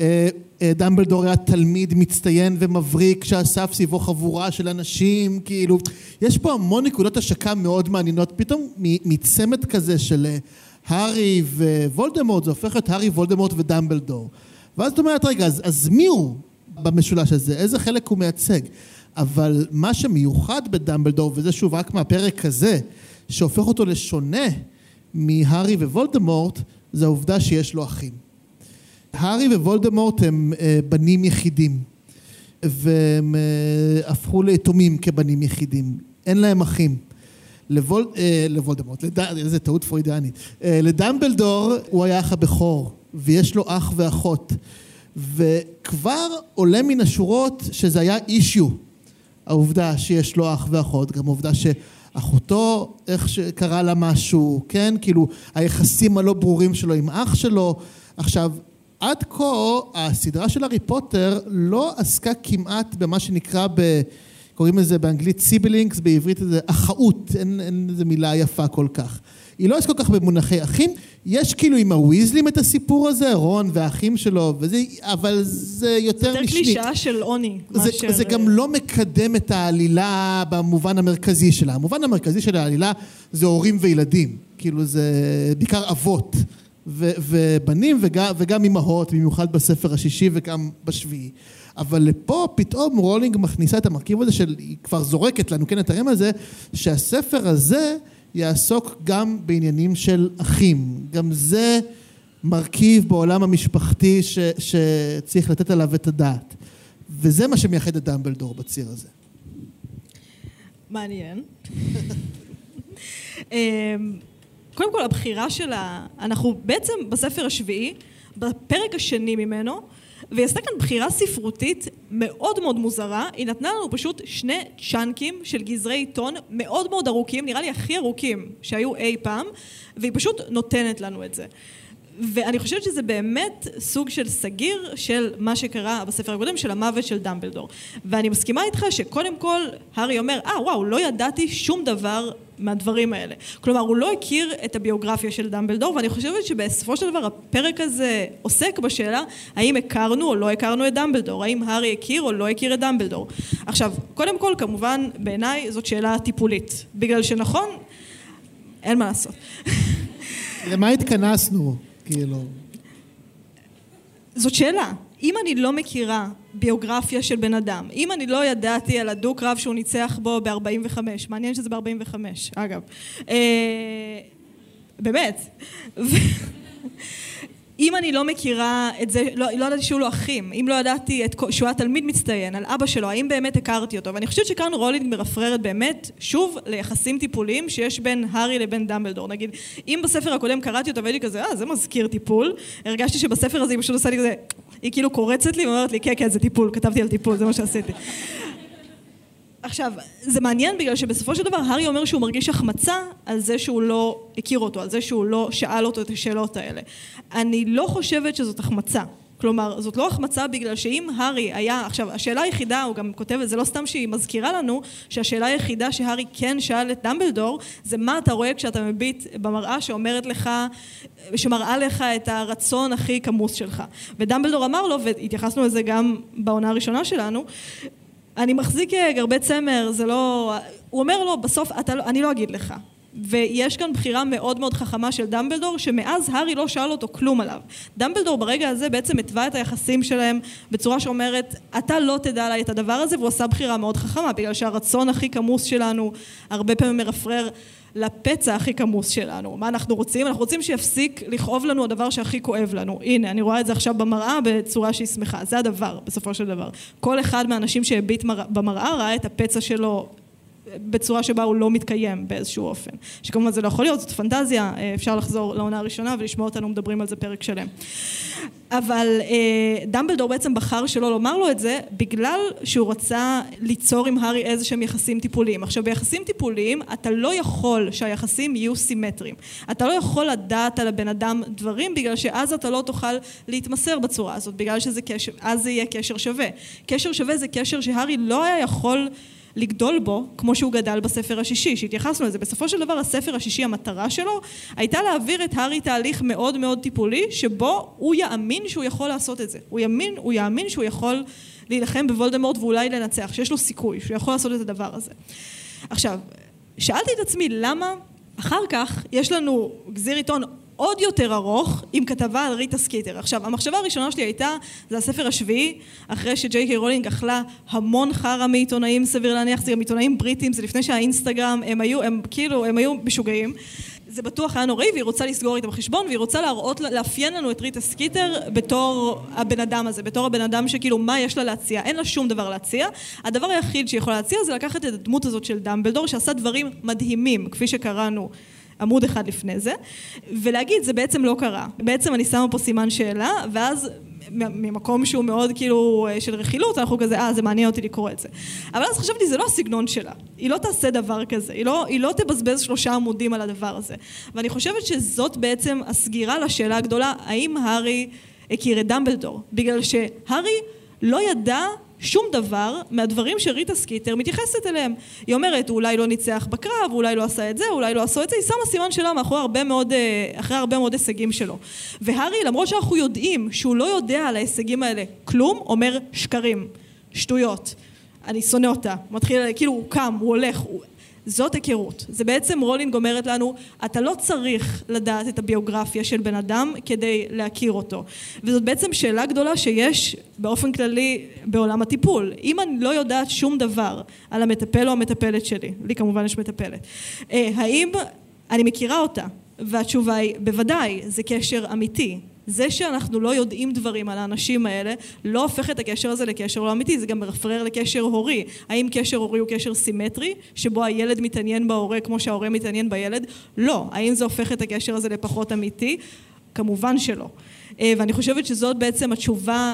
Speaker 3: דמבלדור היה תלמיד מצטיין ומבריק שאסף סביבו חבורה של אנשים, כאילו, יש פה המון נקודות השקה מאוד מעניינות, פתאום מצמד כזה של הארי ווולדמורט, זה הופך את הארי, וולדמורט ודמבלדור. ואז זאת אומרת, רגע, אז, אז מי הוא במשולש הזה? איזה חלק הוא מייצג? אבל מה שמיוחד בדמבלדור, וזה שוב רק מהפרק הזה, שהופך אותו לשונה מהארי ווולדמורט, זה העובדה שיש לו אחים. הארי ווולדמורט הם בנים יחידים, והם הפכו ליתומים כבנים יחידים. אין להם אחים. לבול, אה, לוולדמורט, לד... איזה טעות פרוידיאנית. אה, לדמבלדור הוא היה אח הבכור, ויש לו אח ואחות. וכבר עולה מן השורות שזה היה אישיו, העובדה שיש לו אח ואחות, גם העובדה שאחותו, איך שקרה לה משהו, כן? כאילו, היחסים הלא ברורים שלו עם אח שלו. עכשיו, עד כה, הסדרה של הארי פוטר לא עסקה כמעט במה שנקרא ב... קוראים לזה באנגלית סיבלינגס, בעברית זה אחאות, אין, אין איזה מילה יפה כל כך. היא לא עסקה כל כך במונחי אחים, יש כאילו עם הוויזלים את הסיפור הזה, רון והאחים שלו, וזה, אבל זה יותר משני.
Speaker 2: יותר קלישאה של עוני.
Speaker 3: זה,
Speaker 2: מאשר...
Speaker 3: זה גם לא מקדם את העלילה במובן המרכזי שלה. המובן המרכזי של העלילה זה הורים וילדים, כאילו זה בעיקר אבות ו, ובנים וגם, וגם אמהות, במיוחד בספר השישי וגם בשביעי. אבל לפה פתאום רולינג מכניסה את המרכיב הזה של, היא כבר זורקת לנו, כן, את הרם הזה, שהספר הזה יעסוק גם בעניינים של אחים. גם זה מרכיב בעולם המשפחתי ש, שצריך לתת עליו את הדעת. וזה מה שמייחד את דמבלדור בציר הזה.
Speaker 2: מעניין. קודם כל, הבחירה שלה, אנחנו בעצם בספר השביעי, בפרק השני ממנו, והיא עשתה כאן בחירה ספרותית מאוד מאוד מוזרה, היא נתנה לנו פשוט שני צ'אנקים של גזרי עיתון מאוד מאוד ארוכים, נראה לי הכי ארוכים שהיו אי פעם, והיא פשוט נותנת לנו את זה. ואני חושבת שזה באמת סוג של סגיר של מה שקרה בספר הקודם, של המוות של דמבלדור. ואני מסכימה איתך שקודם כל, הארי אומר, אה, וואו, לא ידעתי שום דבר מהדברים האלה. כלומר, הוא לא הכיר את הביוגרפיה של דמבלדור, ואני חושבת שבסופו של דבר הפרק הזה עוסק בשאלה, האם הכרנו או לא הכרנו את דמבלדור, האם הארי הכיר או לא הכיר את דמבלדור. עכשיו, קודם כל, כמובן, בעיניי זאת שאלה טיפולית. בגלל שנכון, אין מה לעשות.
Speaker 3: למה התכנסנו? כאילו.
Speaker 2: זאת שאלה. אם אני לא מכירה ביוגרפיה של בן אדם, אם אני לא ידעתי על הדוק רב שהוא ניצח בו ב-ארבעים וחמש, מעניין שזה ב-ארבעים וחמש, אגב. באמת. אם אני לא מכירה את זה, לא, לא ידעתי שהוא לא אחים, אם לא ידעתי את, שהוא היה תלמיד מצטיין על אבא שלו, האם באמת הכרתי אותו? ואני חושבת שכאן רולינג מרפררת באמת, שוב, ליחסים טיפוליים שיש בין הארי לבין דמבלדור. נגיד, אם בספר הקודם קראתי אותו והייתי כזה, אה, זה מזכיר טיפול, הרגשתי שבספר הזה היא פשוט עושה לי כזה, היא כאילו קורצת לי ואומרת לי, כן, כן, זה טיפול, כתבתי על טיפול, זה מה שעשיתי. עכשיו, זה מעניין בגלל שבסופו של דבר הארי אומר שהוא מרגיש החמצה על זה שהוא לא הכיר אותו, על זה שהוא לא שאל אותו את השאלות האלה. אני לא חושבת שזאת החמצה. כלומר, זאת לא החמצה בגלל שאם הארי היה, עכשיו, השאלה היחידה, הוא גם כותב את זה, לא סתם שהיא מזכירה לנו, שהשאלה היחידה שהארי כן שאל את דמבלדור, זה מה אתה רואה כשאתה מביט במראה שאומרת לך, שמראה לך את הרצון הכי כמוס שלך. ודמבלדור אמר לו, והתייחסנו לזה גם בעונה הראשונה שלנו, אני מחזיק גרבי צמר, זה לא... הוא אומר לו, בסוף, אתה, אני לא אגיד לך. ויש כאן בחירה מאוד מאוד חכמה של דמבלדור, שמאז הארי לא שאל אותו כלום עליו. דמבלדור ברגע הזה בעצם התווה את היחסים שלהם בצורה שאומרת, אתה לא תדע עליי את הדבר הזה, והוא עשה בחירה מאוד חכמה, בגלל שהרצון הכי כמוס שלנו הרבה פעמים מרפרר לפצע הכי כמוס שלנו. מה אנחנו רוצים? אנחנו רוצים שיפסיק לכאוב לנו הדבר שהכי כואב לנו. הנה, אני רואה את זה עכשיו במראה בצורה שהיא שמחה. זה הדבר, בסופו של דבר. כל אחד מהאנשים שהביט במראה ראה את הפצע שלו בצורה שבה הוא לא מתקיים באיזשהו אופן. שכמובן זה לא יכול להיות, זאת פנטזיה, אפשר לחזור לעונה הראשונה ולשמוע אותנו מדברים על זה פרק שלם. אבל דמבלדור בעצם בחר שלא לומר לו את זה, בגלל שהוא רצה ליצור עם הארי איזה שהם יחסים טיפוליים. עכשיו, ביחסים טיפוליים, אתה לא יכול שהיחסים יהיו סימטריים. אתה לא יכול לדעת על הבן אדם דברים, בגלל שאז אתה לא תוכל להתמסר בצורה הזאת, בגלל שזה קשר, אז זה יהיה קשר שווה. קשר שווה זה קשר שהארי לא היה יכול לגדול בו, כמו שהוא גדל בספר השישי, שהתייחסנו לזה. בסופו של דבר, הספר השישי, המטרה שלו, הייתה להעביר את הארי תהליך מאוד מאוד טיפולי, שבו הוא יאמין שהוא יכול לעשות את זה. הוא יאמין, הוא יאמין שהוא יכול להילחם בוולדמורט ואולי לנצח, שיש לו סיכוי, שהוא יכול לעשות את הדבר הזה. עכשיו, שאלתי את עצמי, למה אחר כך יש לנו גזיר עיתון עוד יותר ארוך עם כתבה על ריטה סקיטר. עכשיו, המחשבה הראשונה שלי הייתה, זה הספר השביעי, אחרי שג'יי קיי רולינג אכלה המון חרא מעיתונאים, סביר להניח, זה גם עיתונאים בריטים, זה לפני שהאינסטגרם, הם היו, הם כאילו, הם היו משוגעים. זה בטוח היה נוראי, והיא רוצה לסגור איתם חשבון, והיא רוצה להראות, לאפיין לנו את ריטה סקיטר בתור הבן אדם הזה, בתור הבן אדם שכאילו מה יש לה להציע, אין לה שום דבר להציע. הדבר היחיד שהיא יכולה להציע זה לקחת את הדמות הזאת של דמבלדור, שעשה דברים מדהימים, כפי שקראנו עמוד אחד לפני זה, ולהגיד, זה בעצם לא קרה. בעצם אני שמה פה סימן שאלה, ואז ממקום שהוא מאוד כאילו של רכילות, אנחנו כזה, אה, זה מעניין אותי לקרוא את זה. אבל אז חשבתי, זה לא הסגנון שלה. היא לא תעשה דבר כזה. היא לא, היא לא תבזבז שלושה עמודים על הדבר הזה. ואני חושבת שזאת בעצם הסגירה לשאלה הגדולה, האם הארי הכיר את דמבלדור? בגלל שהארי לא ידע שום דבר מהדברים שריטה סקיטר מתייחסת אליהם. היא אומרת, הוא אולי לא ניצח בקרב, הוא אולי לא עשה את זה, אולי לא עשו את זה, היא שמה סימן שלה מאחורי הרבה מאוד, אחרי הרבה מאוד הישגים שלו. והארי, למרות שאנחנו יודעים שהוא לא יודע על ההישגים האלה כלום, אומר שקרים, שטויות. אני שונא אותה. מתחיל, כאילו הוא קם, הוא הולך, הוא... זאת היכרות. זה בעצם רולינג אומרת לנו, אתה לא צריך לדעת את הביוגרפיה של בן אדם כדי להכיר אותו. וזאת בעצם שאלה גדולה שיש באופן כללי בעולם הטיפול. אם אני לא יודעת שום דבר על המטפל או המטפלת שלי, לי כמובן יש מטפלת, האם אני מכירה אותה? והתשובה היא, בוודאי, זה קשר אמיתי. זה שאנחנו לא יודעים דברים על האנשים האלה, לא הופך את הקשר הזה לקשר לא אמיתי, זה גם מרפרר לקשר הורי. האם קשר הורי הוא קשר סימטרי, שבו הילד מתעניין בהורה כמו שההורה מתעניין בילד? לא. האם זה הופך את הקשר הזה לפחות אמיתי? כמובן שלא. ואני חושבת שזאת בעצם התשובה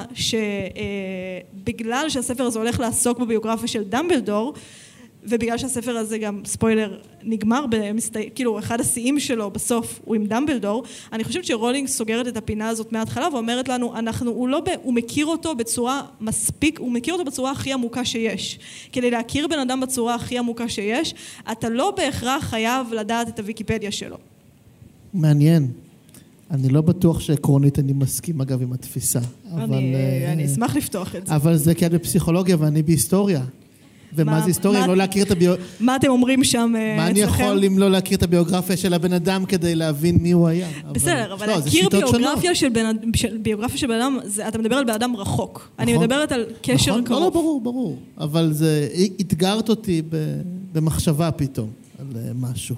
Speaker 2: שבגלל שהספר הזה הולך לעסוק בביוגרפיה של דמבלדור, ובגלל שהספר הזה גם, ספוילר, נגמר, במסתי... כאילו אחד השיאים שלו בסוף הוא עם דמבלדור, אני חושבת שרולינג סוגרת את הפינה הזאת מההתחלה ואומרת לנו, אנחנו, הוא, לא ב... הוא מכיר אותו בצורה מספיק, הוא מכיר אותו בצורה הכי עמוקה שיש. כדי להכיר בן אדם בצורה הכי עמוקה שיש, אתה לא בהכרח חייב לדעת את הוויקיפדיה שלו.
Speaker 3: מעניין. אני לא בטוח שעקרונית אני מסכים אגב עם התפיסה.
Speaker 2: אני,
Speaker 3: אבל,
Speaker 2: אני אשמח לפתוח את זה.
Speaker 3: אבל זה כי את בפסיכולוגיה ואני בהיסטוריה. ומה זה היסטוריה, אם לא להכיר את הביוגרפיה...
Speaker 2: מה אתם אומרים שם אצלכם?
Speaker 3: מה אני יכול אם לא להכיר את הביוגרפיה של הבן אדם כדי להבין מי הוא היה?
Speaker 2: בסדר, אבל להכיר ביוגרפיה של בן אדם, אתה מדבר על בן אדם רחוק. אני מדברת על קשר קרוב.
Speaker 3: לא, לא, ברור, ברור. אבל זה התגרת אותי במחשבה פתאום על משהו.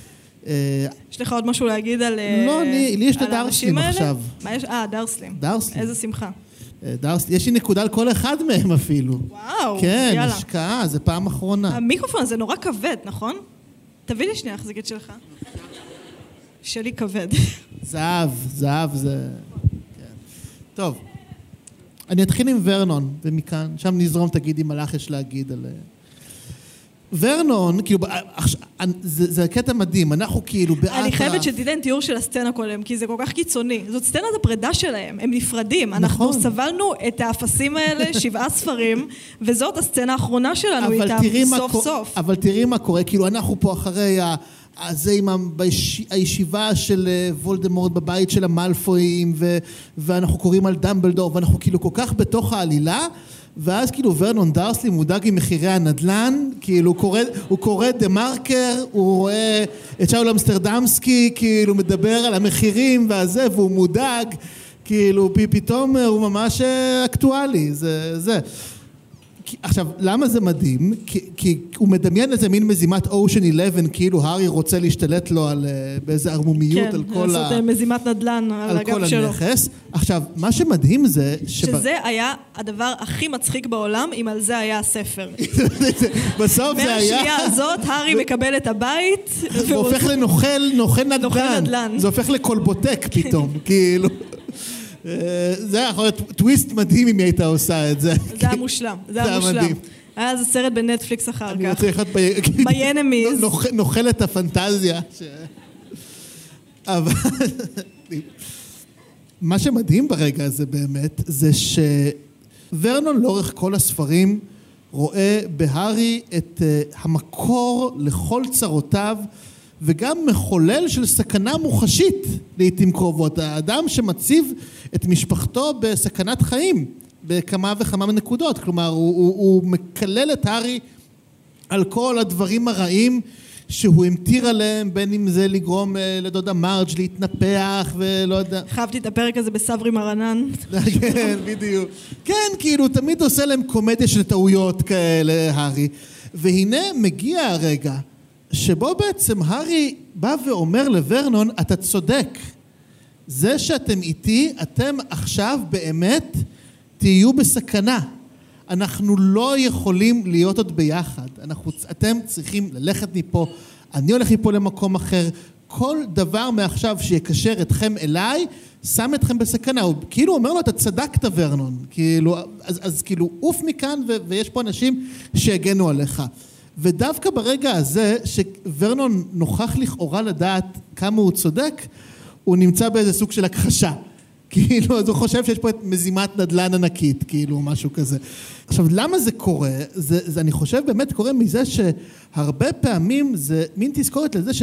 Speaker 2: יש לך עוד משהו להגיד על...
Speaker 3: לא, לי יש את הדרסלים עכשיו.
Speaker 2: אה, דרסלים.
Speaker 3: דרסלים.
Speaker 2: איזה שמחה.
Speaker 3: דרס, יש לי נקודה על כל אחד מהם אפילו.
Speaker 2: וואו,
Speaker 3: כן,
Speaker 2: יאללה.
Speaker 3: השקעה, זה פעם אחרונה.
Speaker 2: המיקרופון הזה נורא כבד, נכון? תביא לי שנייה החזקת שלך. שלי כבד.
Speaker 3: זהב, זהב זה... כן. טוב, אני אתחיל עם ורנון, ומכאן, שם נזרום תגידי מה לך יש להגיד על... ורנון, כאילו, זה, זה קטע מדהים, אנחנו כאילו באטרף.
Speaker 2: אני חייבת שתיתן תיאור של הסצנה קודם, כי זה כל כך קיצוני. זאת סצנת הפרידה שלהם, הם נפרדים. נכון. אנחנו סבלנו את האפסים האלה, שבעה ספרים, וזאת הסצנה האחרונה שלנו איתם, סוף
Speaker 3: קור...
Speaker 2: סוף.
Speaker 3: אבל תראי מה קורה, כאילו אנחנו פה אחרי ה... זה עם הישיבה של וולדמורט בבית של המלפויים, ו... ואנחנו קוראים על דמבלדור, ואנחנו כאילו כל כך בתוך העלילה, ואז כאילו ורנון דרסלי מודאג עם מחירי הנדלן, כאילו הוא קורא, הוא קורא דה מרקר, הוא רואה את שאול אמסטרדמסקי, כאילו מדבר על המחירים והזה, והוא מודאג, כאילו פתאום הוא ממש אקטואלי, זה, זה. עכשיו, למה זה מדהים? כי, כי הוא מדמיין איזה מין מזימת אושן אחת עשר, כאילו הארי רוצה להשתלט לו על, באיזה ערמומיות
Speaker 2: כן,
Speaker 3: על כל ה...
Speaker 2: כן, לעשות מזימת נדל"ן על הגב שלו.
Speaker 3: על כל הנכס. עכשיו, מה שמדהים זה...
Speaker 2: שזה שבא... היה הדבר הכי מצחיק בעולם, אם על זה היה הספר.
Speaker 3: בסוף זה היה...
Speaker 2: מהשנייה הזאת, הארי מקבל את הבית...
Speaker 3: והוא הופך לנוכל, נוכל נדל"ן.
Speaker 2: נוכל נדל"ן.
Speaker 3: זה הופך לקולבוטק פתאום, כאילו... זה יכול להיות טוויסט מדהים אם היא הייתה עושה את זה.
Speaker 2: זה היה מושלם, זה היה מושלם. היה איזה סרט בנטפליקס אחר כך.
Speaker 3: אני רוצה ללכת
Speaker 2: ב... ביינמיז.
Speaker 3: נוכל את הפנטזיה. אבל... מה שמדהים ברגע הזה באמת, זה שוורנון לאורך כל הספרים רואה בהארי את המקור לכל צרותיו, וגם מחולל של סכנה מוחשית לעתים קרובות. האדם שמציב את משפחתו בסכנת חיים בכמה וכמה נקודות. כלומר, הוא, הוא, הוא מקלל את הארי על כל הדברים הרעים שהוא המטיר עליהם, בין אם זה לגרום לדודה מרג' להתנפח ולא יודע.
Speaker 2: חייבתי את הפרק הזה בסברי מרנן.
Speaker 3: כן, בדיוק. כן, כאילו, תמיד עושה להם קומדיה של טעויות כאלה, הארי. והנה מגיע הרגע שבו בעצם הארי בא ואומר לוורנון, אתה צודק. זה שאתם איתי, אתם עכשיו באמת תהיו בסכנה. אנחנו לא יכולים להיות עוד ביחד. אנחנו, אתם צריכים ללכת מפה, אני הולך מפה למקום אחר. כל דבר מעכשיו שיקשר אתכם אליי, שם אתכם בסכנה. הוא כאילו אומר לו, אתה צדקת ורנון. כאילו, אז, אז כאילו, אוף מכאן ו, ויש פה אנשים שהגנו עליך. ודווקא ברגע הזה, שוורנון נוכח לכאורה לדעת כמה הוא צודק, הוא נמצא באיזה סוג של הכחשה. כאילו, אז הוא חושב שיש פה את מזימת נדל"ן ענקית, כאילו, משהו כזה. עכשיו, למה זה קורה? זה, זה, אני חושב, באמת קורה מזה שהרבה פעמים זה מין תזכורת לזה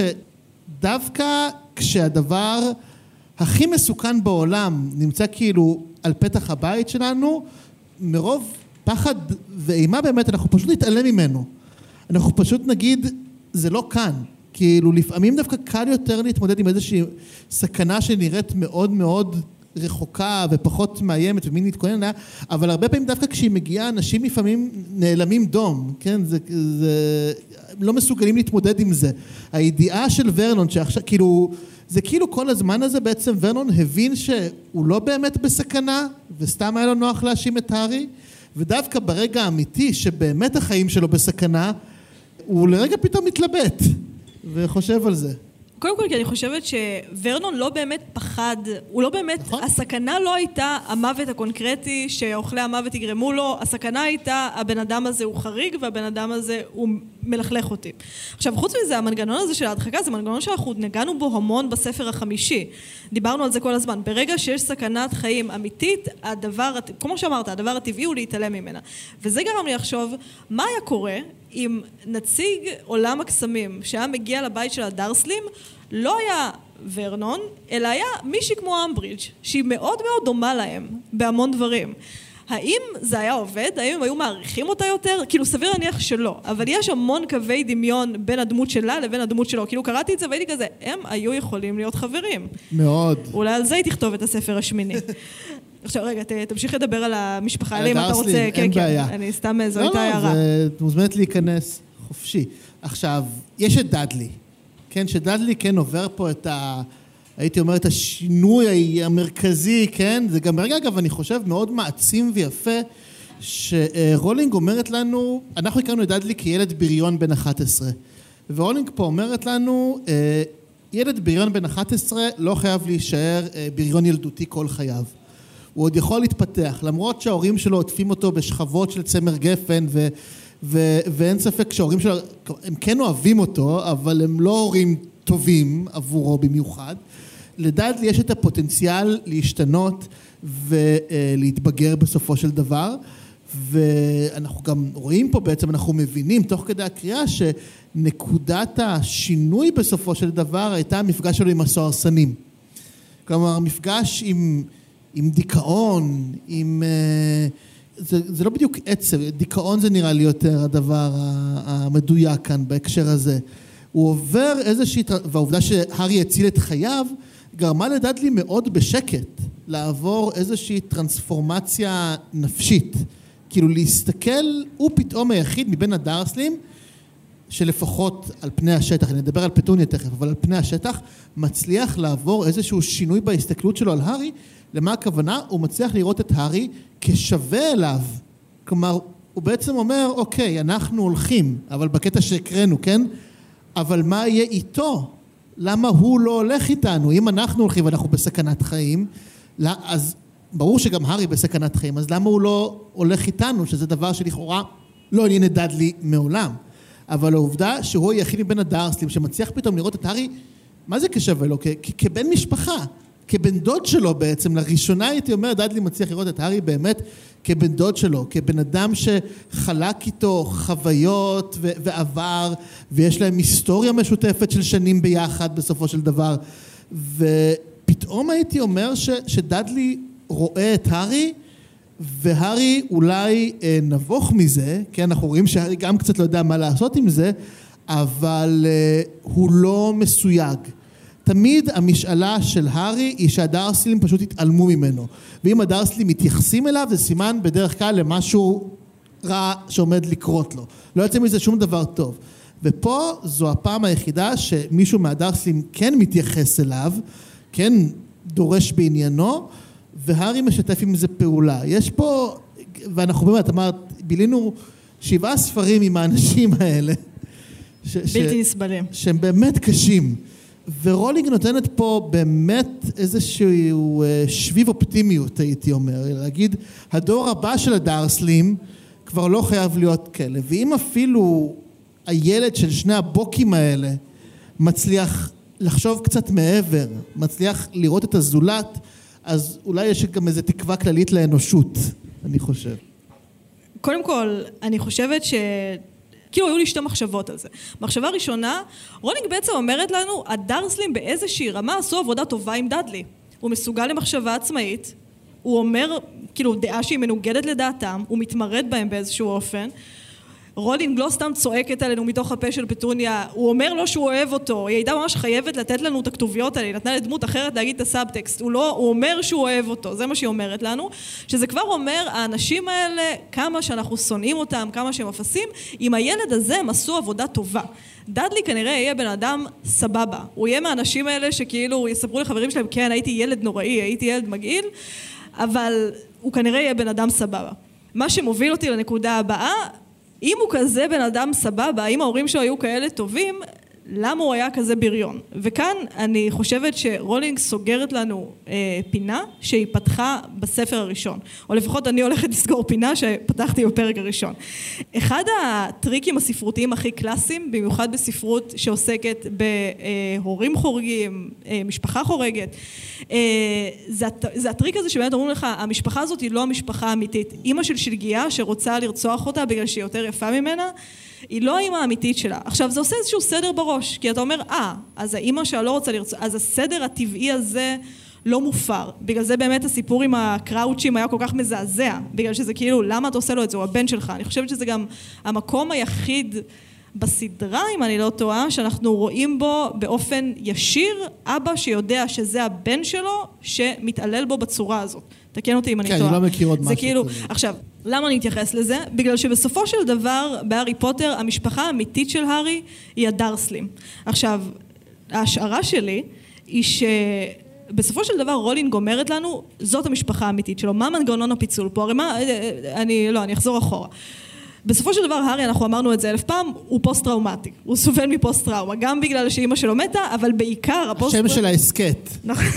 Speaker 3: שדווקא כשהדבר הכי מסוכן בעולם נמצא כאילו על פתח הבית שלנו, מרוב פחד ואימה באמת, אנחנו פשוט נתעלם ממנו. אנחנו פשוט נגיד, זה לא כאן. כאילו, לפעמים דווקא קל יותר להתמודד עם איזושהי סכנה שנראית מאוד מאוד רחוקה ופחות מאיימת ומין להתכונן לה, אבל הרבה פעמים דווקא כשהיא מגיעה, אנשים לפעמים נעלמים דום, כן? זה, זה, לא מסוגלים להתמודד עם זה. הידיעה של ורנון, שעכשיו, כאילו, זה כאילו כל הזמן הזה בעצם ורנון הבין שהוא לא באמת בסכנה, וסתם היה לו נוח להאשים את הארי, ודווקא ברגע האמיתי שבאמת החיים שלו בסכנה, הוא לרגע פתאום מתלבט וחושב על זה.
Speaker 2: קודם כל, כי אני חושבת שוורנון לא באמת פחד, הוא לא באמת, נכון? הסכנה לא הייתה המוות הקונקרטי שאוכלי המוות יגרמו לו, הסכנה הייתה הבן אדם הזה הוא חריג והבן אדם הזה הוא מלכלך אותי. עכשיו, חוץ מזה, המנגנון הזה של ההדחקה זה מנגנון שאנחנו נגענו בו המון בספר החמישי. דיברנו על זה כל הזמן. ברגע שיש סכנת חיים אמיתית, הדבר, כמו שאמרת, הדבר הטבעי הוא להתעלם ממנה. וזה גרם לי לחשוב, מה היה קורה אם נציג עולם הקסמים שהיה מגיע לבית של הדרסלים, לא היה ורנון, אלא היה מישהי כמו אמברידג' שהיא מאוד מאוד דומה להם בהמון דברים. האם זה היה עובד? האם הם היו מעריכים אותה יותר? כאילו סביר להניח שלא, אבל יש המון קווי דמיון בין הדמות שלה לבין הדמות שלו. כאילו קראתי את זה והייתי כזה, הם היו יכולים להיות חברים.
Speaker 3: מאוד.
Speaker 2: אולי על זה היא תכתוב את הספר השמיני. עכשיו רגע, תמשיך לדבר על המשפחה האלה אם אתה רוצה.
Speaker 3: אין בעיה.
Speaker 2: אני סתם, זו הייתה הערה.
Speaker 3: את מוזמנת להיכנס חופשי. עכשיו, יש את דאדלי. כן, שדאדלי כן עובר פה את ה... הייתי אומר את השינוי המרכזי, כן? זה גם ברגע, אגב, אני חושב מאוד מעצים ויפה, שרולינג אומרת לנו, אנחנו הכרנו את דאדלי כילד בריון בן אחת עשרה, ורולינג פה אומרת לנו, ילד בריון בן אחת עשרה לא חייב להישאר בריון ילדותי כל חייו. הוא עוד יכול להתפתח, למרות שההורים שלו עוטפים אותו בשכבות של צמר גפן, ו... ו... ואין ספק שההורים שלו, הם כן אוהבים אותו, אבל הם לא הורים טובים עבורו במיוחד. לדאדלי יש את הפוטנציאל להשתנות ולהתבגר בסופו של דבר, ואנחנו גם רואים פה בעצם, אנחנו מבינים תוך כדי הקריאה שנקודת השינוי בסופו של דבר הייתה המפגש שלו עם הסוהרסנים. כלומר, מפגש עם, עם דיכאון, עם... זה, זה לא בדיוק עצב, דיכאון זה נראה לי יותר הדבר המדויק כאן בהקשר הזה. הוא עובר איזושהי, והעובדה שהארי הציל את חייו, גרמה לדאדלי מאוד בשקט, לעבור איזושהי טרנספורמציה נפשית. כאילו להסתכל, הוא פתאום היחיד מבין הדרסלים, שלפחות על פני השטח, אני אדבר על פטוניה תכף, אבל על פני השטח, מצליח לעבור איזשהו שינוי בהסתכלות שלו על הארי. למה הכוונה? הוא מצליח לראות את הארי כשווה אליו. כלומר, הוא בעצם אומר, אוקיי, אנחנו הולכים, אבל בקטע שהקראנו, כן? אבל מה יהיה איתו? למה הוא לא הולך איתנו? אם אנחנו הולכים ואנחנו בסכנת חיים, אז ברור שגם הארי בסכנת חיים, אז למה הוא לא הולך איתנו? שזה דבר שלכאורה לא עניין את דאדלי מעולם. אבל העובדה שהוא היחיד מבין הדרסלים שמצליח פתאום לראות את הארי, מה זה כשווה לו? כבן משפחה, כבן דוד שלו בעצם. לראשונה הייתי אומר, דאדלי מצליח לראות את הארי באמת כבן דוד שלו, כבן אדם שחלק איתו חוויות ו- ועבר, ויש להם היסטוריה משותפת של שנים ביחד בסופו של דבר. ופתאום הייתי אומר ש- שדאדלי רואה את הארי, והארי אולי אה, נבוך מזה, כי אנחנו רואים שהארי גם קצת לא יודע מה לעשות עם זה, אבל אה, הוא לא מסויג. תמיד המשאלה של הארי היא שהדרסלים פשוט התעלמו ממנו. ואם הדרסלים מתייחסים אליו, זה סימן בדרך כלל למשהו רע שעומד לקרות לו. לא יוצא מזה שום דבר טוב. ופה זו הפעם היחידה שמישהו מהדרסלים כן מתייחס אליו, כן דורש בעניינו, והארי משתף עם זה פעולה. יש פה, ואנחנו באמת, אמרת, בילינו שבעה ספרים עם האנשים האלה.
Speaker 2: ש, בלתי ש, נסבלים.
Speaker 3: שהם באמת קשים. ורולינג נותנת פה באמת איזשהו שביב אופטימיות, הייתי אומר. להגיד, הדור הבא של הדרסלים כבר לא חייב להיות כאלה. ואם אפילו הילד של שני הבוקים האלה מצליח לחשוב קצת מעבר, מצליח לראות את הזולת, אז אולי יש גם איזו תקווה כללית לאנושות, אני חושב.
Speaker 2: קודם כל, אני חושבת ש... כאילו היו לי שתי מחשבות על זה. מחשבה ראשונה, רולינג בעצם אומרת לנו, הדרסלים באיזושהי רמה עשו עבודה טובה עם דאדלי. הוא מסוגל למחשבה עצמאית, הוא אומר, כאילו, דעה שהיא מנוגדת לדעתם, הוא מתמרד בהם באיזשהו אופן. רולינג לא סתם צועקת עלינו מתוך הפה של פטוניה, הוא אומר לו שהוא אוהב אותו, היא הייתה ממש חייבת לתת לנו את הכתוביות האלה, היא נתנה לדמות אחרת להגיד את הסאבטקסט, הוא, לא, הוא אומר שהוא אוהב אותו, זה מה שהיא אומרת לנו, שזה כבר אומר, האנשים האלה, כמה שאנחנו שונאים אותם, כמה שהם אפסים, עם הילד הזה הם עשו עבודה טובה. דאדלי כנראה יהיה בן אדם סבבה, הוא יהיה מהאנשים האלה שכאילו יספרו לחברים שלהם, כן, הייתי ילד נוראי, הייתי ילד מגעיל, אבל הוא כנראה יהיה בן אדם סבבה. מה שמוביל אותי לנקודה הבאה, אם הוא כזה בן אדם סבבה, אם ההורים שלו היו כאלה טובים, למה הוא היה כזה בריון? וכאן אני חושבת שרולינג סוגרת לנו אה, פינה שהיא פתחה בספר הראשון. או לפחות אני הולכת לסגור פינה שפתחתי בפרק הראשון. אחד הטריקים הספרותיים הכי קלאסיים, במיוחד בספרות שעוסקת בהורים חורגים, אה, משפחה חורגת, אה, זה, זה הטריק הזה שבאמת אומרים לך, המשפחה הזאת היא לא המשפחה האמיתית. אמא של שלגיה שרוצה לרצוח אותה בגלל שהיא יותר יפה ממנה, היא לא האמא האמיתית שלה. עכשיו, זה עושה איזשהו סדר בראש, כי אתה אומר, אה, אז האמא שלה לא רוצה לרצות, אז הסדר הטבעי הזה לא מופר. בגלל זה באמת הסיפור עם הקראוצ'ים היה כל כך מזעזע, בגלל שזה כאילו, למה אתה עושה לו את זה? הוא הבן שלך. אני חושבת שזה גם המקום היחיד בסדרה, אם אני לא טועה, שאנחנו רואים בו באופן ישיר, אבא שיודע שזה הבן שלו, שמתעלל בו בצורה הזאת. תקן אותי אם אני טועה.
Speaker 3: כן, אני לא מכיר עוד משהו.
Speaker 2: כאילו, עכשיו, למה אני אתייחס לזה? בגלל שבסופו של דבר, בהארי פוטר, המשפחה האמיתית של הארי היא הדרסלים. עכשיו, ההשערה שלי היא שבסופו של דבר רולינג אומרת לנו, זאת המשפחה האמיתית שלו. מה מנגנון הפיצול פה? הרי מה, אני, לא, אני אחזור אחורה. בסופו של דבר, הארי, אנחנו אמרנו את זה אלף פעם, הוא פוסט-טראומטי. הוא סובל מפוסט-טראומה, גם בגלל שאמא שלו מתה, אבל בעיקר הפוסט...
Speaker 3: השם של העסקת.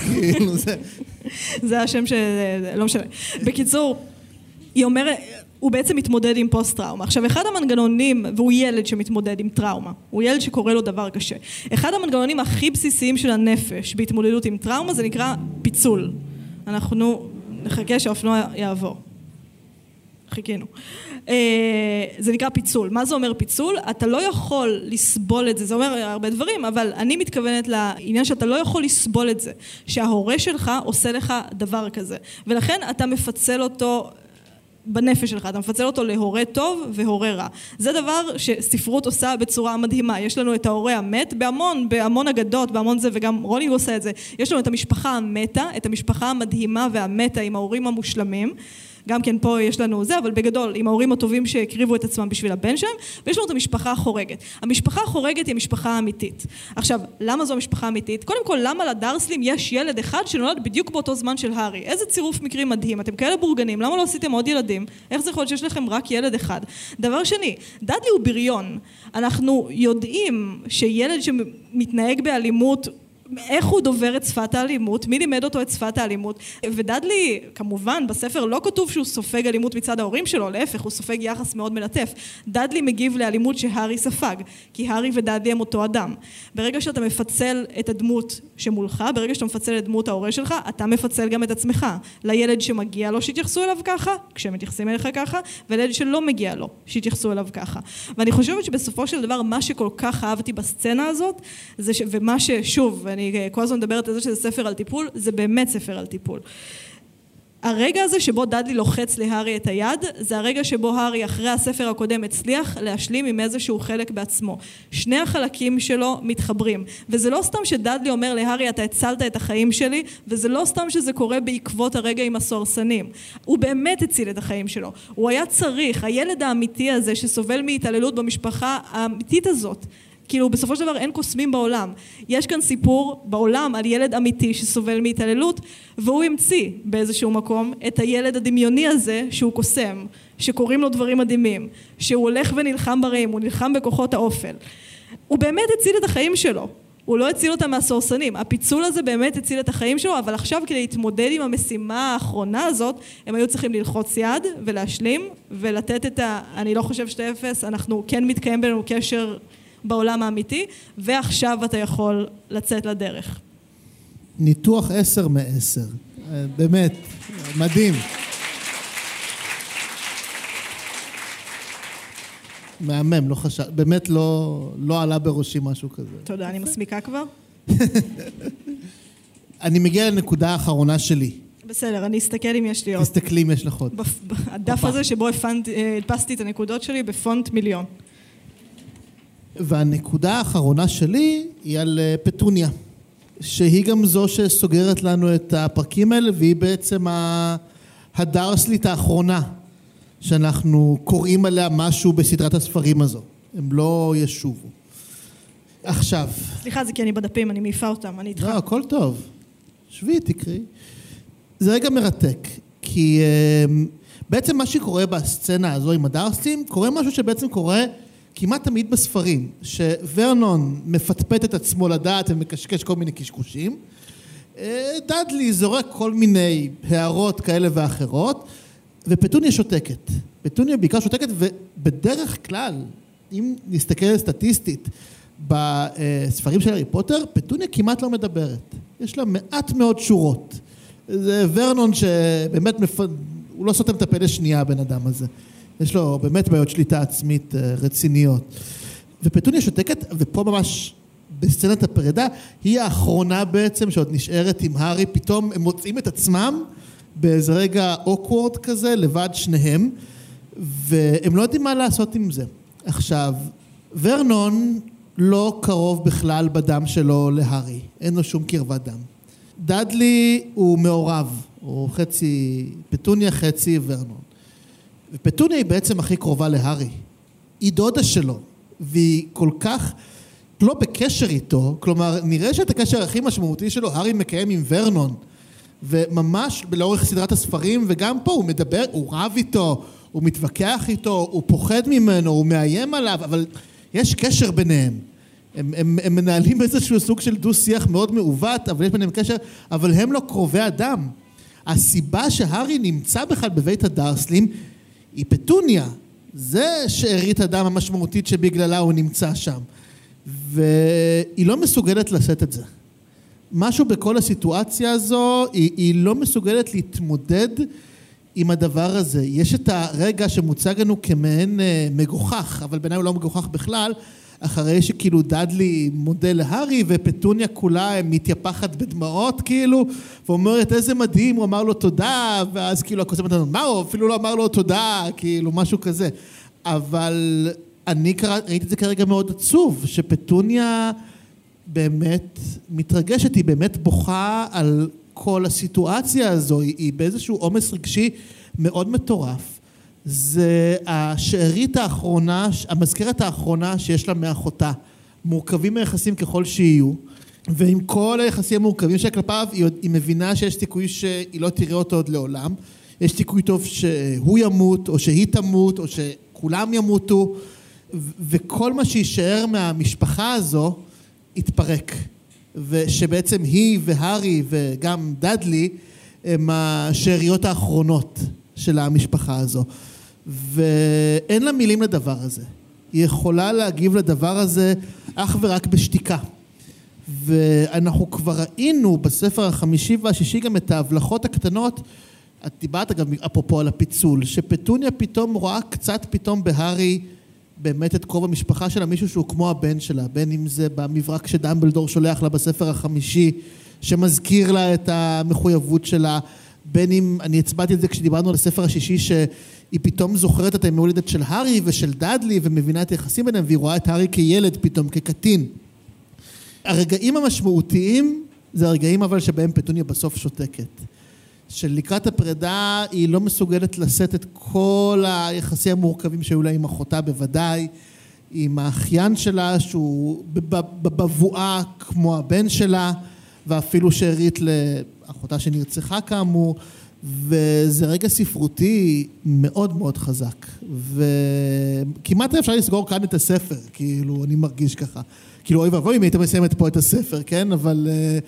Speaker 2: זה השם של... לא משנה. בקיצור, היא אומרת, הוא בעצם מתמודד עם פוסט-טראומה. עכשיו, אחד המנגנונים, והוא ילד שמתמודד עם טראומה, הוא ילד שקורא לו דבר קשה. אחד המנגנונים הכי בסיסיים של הנפש בהתמודדות עם טראומה, זה נקרא פיצול. אנחנו נחכה שהאופנוע יעבור. חיכינו. זה נקרא פיצול. מה זה אומר פיצול? אתה לא יכול לסבול את זה, זה אומר הרבה דברים, אבל אני מתכוונת לעניין שאתה לא יכול לסבול את זה, שההורה שלך עושה לך דבר כזה, ולכן אתה מפצל אותו בנפש שלך, אתה מפצל אותו להורה טוב והורה רע. זה דבר שספרות עושה בצורה מדהימה. יש לנו את ההורה המת בהמון, בהמון אגדות, בהמון זה, וגם רולינג עושה את זה. יש לנו את המשפחה המתה, את המשפחה המדהימה והמתה עם ההורים המושלמים. גם כן פה יש לנו זה, אבל בגדול, עם ההורים הטובים שהקריבו את עצמם בשביל הבן שלהם, ויש לנו את המשפחה החורגת. המשפחה החורגת היא המשפחה האמיתית. עכשיו, למה זו המשפחה האמיתית? קודם כל, למה לדרסלים יש ילד אחד שנולד בדיוק באותו זמן של הארי? איזה צירוף מקרים מדהים. אתם כאלה בורגנים, למה לא עשיתם עוד ילדים? איך זה יכול להיות שיש לכם רק ילד אחד? דבר שני, דאדלי הוא בריון. אנחנו יודעים שילד שמתנהג באלימות, איך הוא דובר את שפת האלימות, מי לימד אותו את שפת האלימות, ודאדלי, כמובן, בספר לא כתוב שהוא סופג אלימות מצד ההורים שלו, להפך, הוא סופג יחס מאוד מלטף. דאדלי מגיב לאלימות שהארי ספג, כי הארי ודאדלי הם אותו אדם. ברגע שאתה מפצל את הדמות שמולך, ברגע שאתה מפצל את דמות ההורה שלך, אתה מפצל גם את עצמך. לילד שמגיע לו שיתייחסו אליו ככה, כשמתייחסים אליך ככה, ולילד שלא מגיע לו שיתייחסו אליו ככה. ואני חושבת שבסופו של דבר, מה שכל כך אהבתי בסצנה הזאת, זה ש... ומה ששוב, אני כל הזמן מדברת על זה שזה ספר על טיפול, זה באמת ספר על טיפול. הרגע הזה שבו דאדלי לוחץ להארי את היד, זה הרגע שבו הארי אחרי הספר הקודם הצליח להשלים עם איזשהו חלק בעצמו. שני החלקים שלו מתחברים, וזה לא סתם שדאדלי אומר להארי אתה הצלת את החיים שלי, וזה לא סתם שזה קורה בעקבות הרגע עם הסוהרסנים. הוא באמת הציל את החיים שלו. הוא היה צריך, הילד האמיתי הזה שסובל מהתעללות במשפחה האמיתית הזאת, כאילו בסופו של דבר אין קוסמים בעולם. יש כאן סיפור בעולם על ילד אמיתי שסובל מהתעללות, והוא המציא באיזשהו מקום את הילד הדמיוני הזה שהוא קוסם, שקוראים לו דברים מדהימים, שהוא הולך ונלחם ברעים, הוא נלחם בכוחות האופל. הוא באמת הציל את החיים שלו. הוא לא הציל אותם מהסורסנים. הפיצול הזה באמת הציל את החיים שלו, אבל עכשיו כדי להתמודד עם המשימה האחרונה הזאת, הם היו צריכים ללחוץ יד ולהשלים, ולתת את ה... אני לא חושב שתי אפס, אנחנו כן מתקיים בינינו קשר בעולם האמיתי, ועכשיו אתה יכול לצאת לדרך.
Speaker 3: ניתוח עשר מעשר. באמת, מדהים. מהמם, לא חשב, באמת לא, לא עלה בראשי משהו כזה.
Speaker 2: תודה, אני מסמיקה כבר.
Speaker 3: אני מגיע לנקודה האחרונה שלי.
Speaker 2: בסדר, אני אסתכל אם יש לי עוד.
Speaker 3: תסתכלי אם יש לך עוד.
Speaker 2: הדף הזה שבו הדפסתי את הנקודות שלי בפונט מיליון.
Speaker 3: והנקודה האחרונה שלי היא על פטוניה, שהיא גם זו שסוגרת לנו את הפרקים האלה, והיא בעצם הדרסלית האחרונה שאנחנו קוראים עליה משהו בסדרת הספרים הזו. הם לא ישובו. עכשיו.
Speaker 2: סליחה, זה כי אני בדפים, אני מעיפה אותם, אני איתך.
Speaker 3: לא, הכל טוב. שבי, תקראי. זה רגע מרתק, כי בעצם מה שקורה בסצנה הזו עם הדרסלים, קורה משהו שבעצם קורה כמעט תמיד בספרים, שוורנון מפטפט את עצמו לדעת ומקשקש כל מיני קשקושים, דאדלי זורק כל מיני הערות כאלה ואחרות, ופטוניה שותקת. פטוניה בעיקר שותקת, ובדרך כלל, אם נסתכל סטטיסטית בספרים של הארי פוטר, פטוניה כמעט לא מדברת. יש לה מעט מאוד שורות. זה ורנון שבאמת, מפ... הוא לא סותם את הפה לשנייה, הבן אדם הזה. יש לו באמת בעיות שליטה עצמית רציניות. ופטוניה שותקת, ופה ממש בסצנת הפרידה, היא האחרונה בעצם שעוד נשארת עם הארי, פתאום הם מוצאים את עצמם באיזה רגע אוקוורד כזה, לבד שניהם, והם לא יודעים מה לעשות עם זה. עכשיו, ורנון לא קרוב בכלל בדם שלו להארי, אין לו שום קרבת דם. דאדלי הוא מעורב, הוא חצי פטוניה, חצי ורנון. ופטוניה היא בעצם הכי קרובה להארי. היא דודה שלו, והיא כל כך לא בקשר איתו, כלומר, נראה שאת הקשר הכי משמעותי שלו, הארי מקיים עם ורנון, וממש לאורך סדרת הספרים, וגם פה הוא מדבר, הוא רב איתו, הוא מתווכח איתו, הוא פוחד ממנו, הוא מאיים עליו, אבל יש קשר ביניהם. הם, הם, הם מנהלים באיזשהו סוג של דו-שיח מאוד מעוות, אבל יש ביניהם קשר, אבל הם לא קרובי אדם. הסיבה שהארי נמצא בכלל בבית הדרסלים, היא פטוניה. זה שארית הדם המשמעותית שבגללה הוא נמצא שם. והיא לא מסוגלת לשאת את זה. משהו בכל הסיטואציה הזו, היא, היא לא מסוגלת להתמודד עם הדבר הזה. יש את הרגע שמוצג לנו כמעין מגוחך, אבל בעיניי הוא לא מגוחך בכלל, אחרי שכאילו דאדלי מודה להארי, ופטוניה כולה מתייפחת בדמעות כאילו, ואומרת איזה מדהים, הוא אמר לו תודה, ואז כאילו הקוסמת לנו, מה הוא? אפילו לא אמר לו תודה, כאילו משהו כזה. אבל אני קרא, ראיתי את זה כרגע מאוד עצוב, שפטוניה באמת מתרגשת, היא באמת בוכה על כל הסיטואציה הזו, היא, היא באיזשהו עומס רגשי מאוד מטורף. זה השארית האחרונה, המזכרת האחרונה שיש לה מאחותה. מורכבים היחסים ככל שיהיו, ועם כל היחסים המורכבים שכלפיו, היא, היא מבינה שיש סיכוי שהיא לא תראה אותו עוד לעולם. יש סיכוי טוב שהוא ימות, או שהיא תמות, או שכולם ימותו, וכל מה שישאר מהמשפחה הזו יתפרק. ושבעצם היא והארי וגם דאדלי הם השאריות האחרונות של המשפחה הזו. ואין לה מילים לדבר הזה. היא יכולה להגיב לדבר הזה אך ורק בשתיקה. ואנחנו כבר ראינו בספר החמישי והשישי גם את ההבלחות הקטנות, את דיברת גם אפרופו על הפיצול, שפטוניה פתאום רואה קצת פתאום בהארי באמת את קרוב המשפחה שלה, מישהו שהוא כמו הבן שלה, בין אם זה במברק שדמבלדור שולח לה בספר החמישי, שמזכיר לה את המחויבות שלה, בין אם, אני הצבעתי את זה כשדיברנו על הספר השישי, שהיא פתאום זוכרת את הימי הולדת של הארי ושל דאדלי, ומבינה את היחסים ביניהם, והיא רואה את הארי כילד פתאום, כקטין. הרגעים המשמעותיים, זה הרגעים אבל שבהם פטוניה בסוף שותקת. שלקראת הפרידה היא לא מסוגלת לשאת את כל היחסים המורכבים שהיו לה עם אחותה בוודאי, עם האחיין שלה שהוא בבבואה כמו הבן שלה, ואפילו שארית לאחותה שנרצחה כאמור, וזה רגע ספרותי מאוד מאוד חזק, וכמעט אפשר לסגור כאן את הספר, כאילו אני מרגיש ככה, כאילו אוי ואבוי אם היית מסיימת פה את הספר, כן? אבל,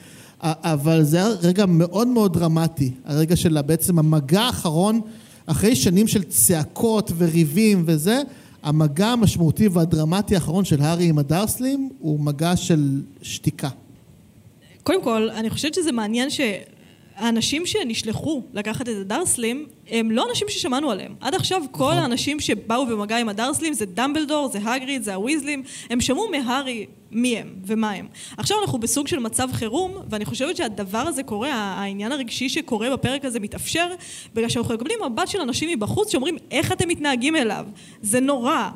Speaker 3: אבל זה רגע מאוד מאוד דרמטי, הרגע של בעצם המגע האחרון, אחרי שנים של צעקות וריבים וזה, המגע המשמעותי והדרמטי האחרון של הארי עם הדרסלים, הוא מגע של שתיקה.
Speaker 2: קודם כל, אני חושבת שזה מעניין שהאנשים שנשלחו לקחת את הדרסלים, הם לא אנשים ששמענו עליהם. עד עכשיו כל האנשים שבאו במגע עם הדרסלים, זה דמבלדור, זה הגריד, זה הוויזלים, הם שמעו מהארי מי הם ומה הם. עכשיו אנחנו בסוג של מצב חירום, ואני חושבת שהדבר הזה קורה, העניין הרגשי שקורה בפרק הזה מתאפשר, בגלל שאנחנו מקבלים מבט של אנשים מבחוץ שאומרים, איך אתם מתנהגים אליו? זה נורא.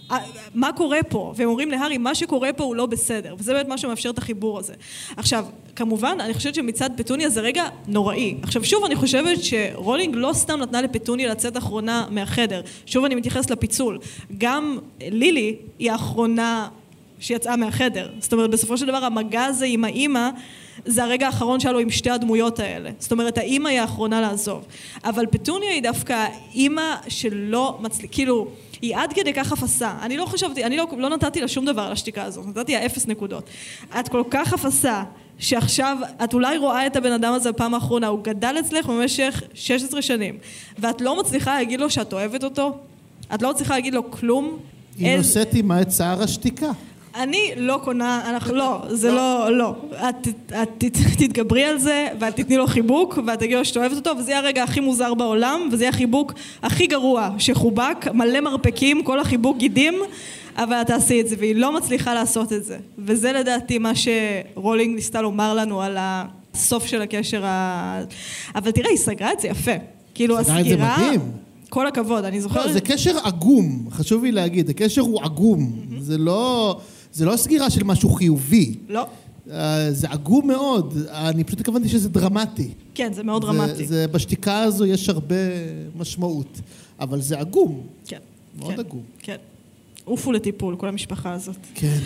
Speaker 2: מה קורה פה? והם אומרים להארי, מה שקורה פה הוא לא בסדר, וזה באמת מה שמאפשר את החיבור הזה. עכשיו, כמובן, אני חושבת שמצד פטוניה זה רגע נוראי. עכשיו, שוב, אני חושבת שרולינג לא סתם נתנה לפטוניה לצאת אחרונה מהחדר. שוב, אני מתייחס לפיצול. גם לילי היא האחרונה שיצאה מהחדר. זאת אומרת, בסופו של דבר, המגע הזה עם האמא, זה הרגע האחרון שלו עם שתי הדמויות האלה. זאת אומרת, האמא היא האחרונה לעזוב. אבל פטוניה היא דווקא אמא שלא מצליח, כאילו, היא עד כדי כך חפסה. אני לא חשבתי, אני לא, לא נתתי לה שום דבר על השתיקה הזאת, נתתי לה אפס נקודות. את כל כך חפסה, שעכשיו את אולי רואה את הבן אדם הזה בפעם האחרונה, הוא גדל אצלך במשך שש עשרה שנים, ואת לא מצליחה להגיד לו שאת אוהבת אותו, את לא מצליחה להגיד לו כלום.
Speaker 3: היא אל... נושאת עימה את צער השתיקה.
Speaker 2: אני לא קונה, אנחנו לא, זה לא, לא. את, את תתגברי על זה, ואת תתני לו חיבוק, ואת תגידו שאת אוהבת אותו, וזה יהיה הרגע הכי מוזר בעולם, וזה יהיה החיבוק הכי גרוע שחובק, מלא מרפקים, כל החיבוק גידים, אבל את תעשי את זה, והיא לא מצליחה לעשות את זה. וזה לדעתי מה שרולינג ניסתה לומר לנו על הסוף של הקשר ה... אבל תראה, היא סגרה את זה יפה. כאילו הסגירה... סגרה את זה מדהים. כל הכבוד, אני זוכרת...
Speaker 3: לא, זה קשר עגום, חשוב לי להגיד, הקשר הוא עגום, mm-hmm. זה לא... זה לא סגירה של משהו חיובי.
Speaker 2: לא.
Speaker 3: זה עגום מאוד. אני פשוט הכוונתי שזה דרמטי.
Speaker 2: כן, זה מאוד דרמטי.
Speaker 3: זה, זה, בשתיקה הזו יש הרבה משמעות. אבל זה עגום.
Speaker 2: כן.
Speaker 3: מאוד
Speaker 2: כן,
Speaker 3: עגום.
Speaker 2: כן. עופו לטיפול, כל המשפחה הזאת.
Speaker 3: כן.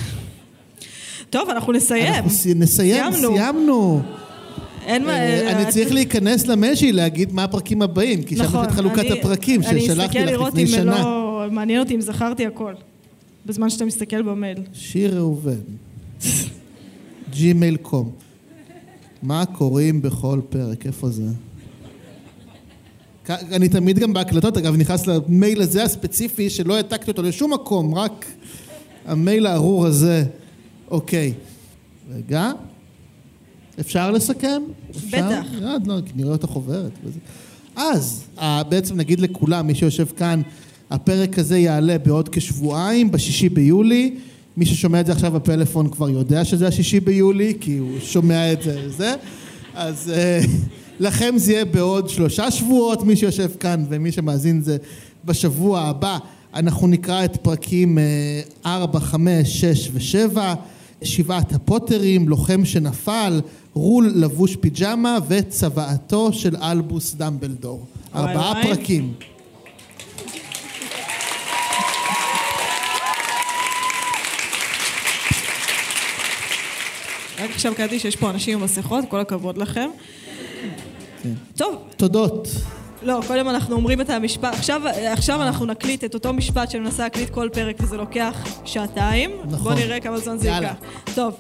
Speaker 2: טוב, אנחנו נסיים.
Speaker 3: אנחנו נסיים, סיימנו. סיימנו.
Speaker 2: אין מה...
Speaker 3: אני צריך להיכנס למשי להגיד מה הפרקים הבאים, כי שם את חלוקת הפרקים ששלחתי לך לפני שנה.
Speaker 2: מעניין אותי אם זכרתי הכל. בזמן שאתה מסתכל במייל.
Speaker 3: שיר ראובן. ג'ימייל דוט קום. מה קוראים בכל פרק? איפה זה? אני תמיד גם בהקלטות, אגב, נכנס למייל הזה הספציפי, שלא העתקתי אותו לשום מקום, רק המייל הארור הזה. אוקיי. רגע. אפשר לסכם?
Speaker 2: בטח.
Speaker 3: יד, לא, נראה אותה חוברת. אז, בעצם נגיד לכולם, מי שיושב כאן, הפרק הזה יעלה בעוד כשבועיים, בשישי ביולי. מי ששומע את זה עכשיו בפלאפון כבר יודע שזה השישי ביולי, כי הוא שומע את זה וזה. אז uh, לכם זה יהיה בעוד שלושה שבועות, מי שיושב כאן ומי שמאזין זה בשבוע הבא. אנחנו נקרא את פרקים ארבע, חמש, שש ושבע, שבעת הפוטרים, לוחם שנפל, רול לבוש פיג'מה וצוואתו של אלבוס דמבלדור. ארבעה וואי פרקים.
Speaker 2: רק עכשיו קראתי שיש פה אנשים עם מסכות, כל הכבוד לכם.
Speaker 3: כן.
Speaker 2: טוב.
Speaker 3: תודות.
Speaker 2: לא, קודם אנחנו אומרים את המשפט, עכשיו, עכשיו אנחנו נקליט את אותו משפט שננסה להקליט כל פרק, וזה לוקח שעתיים.
Speaker 3: נכון.
Speaker 2: בוא נראה כמה זמן זה ייקח. טוב.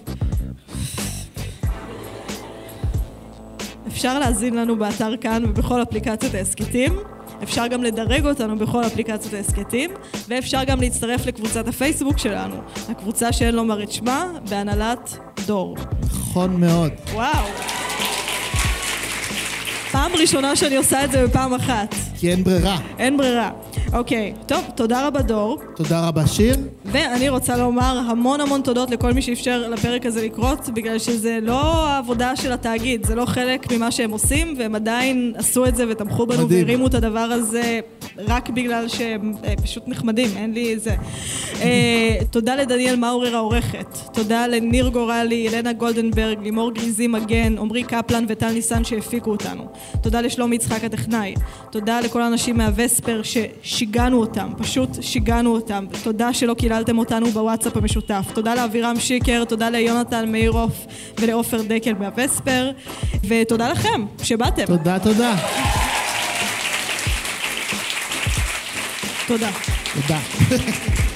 Speaker 2: אפשר להזין לנו באתר כאן ובכל אפליקציות ההסקטים. אפשר גם לדרג אותנו בכל אפליקציות ההסקטים, ואפשר גם להצטרף לקבוצת הפייסבוק שלנו, הקבוצה שאין לומר את שמה, בהנהלת דור.
Speaker 3: נכון מאוד.
Speaker 2: וואו. פעם ראשונה שאני עושה את זה בפעם אחת.
Speaker 3: כי אין ברירה.
Speaker 2: אין ברירה. אוקיי, טוב, תודה רבה דור.
Speaker 3: תודה רבה שיר.
Speaker 2: ואני רוצה לומר המון המון תודות לכל מי שאפשר לפרק הזה לקרות, בגלל שזה לא העבודה של התאגיד, זה לא חלק ממה שהם עושים, והם עדיין עשו את זה ותמכו בנו
Speaker 3: מדהים.
Speaker 2: והרימו את הדבר הזה רק בגלל שהם אה, פשוט נחמדים, אין לי זה. אה, תודה לדניאל מאורר העורכת, תודה לניר גורלי, אלנה גולדנברג, לימור גריזי מגן, עמרי קפלן וטל ניסן שהפיקו אותנו. תודה לשלום יצחק הטכנאי, תודה לכל האנשים מהווספר ששיגענו אותם, פשוט שיגענו אותם. תודה שלא קיללתם אותנו בוואטסאפ המשותף. תודה לאבירם שיקר, תודה ליונתן מאירוף ולעופר דקל מהווספר, ותודה לכם שבאתם.
Speaker 3: תודה, תודה.
Speaker 2: תודה.
Speaker 3: תודה.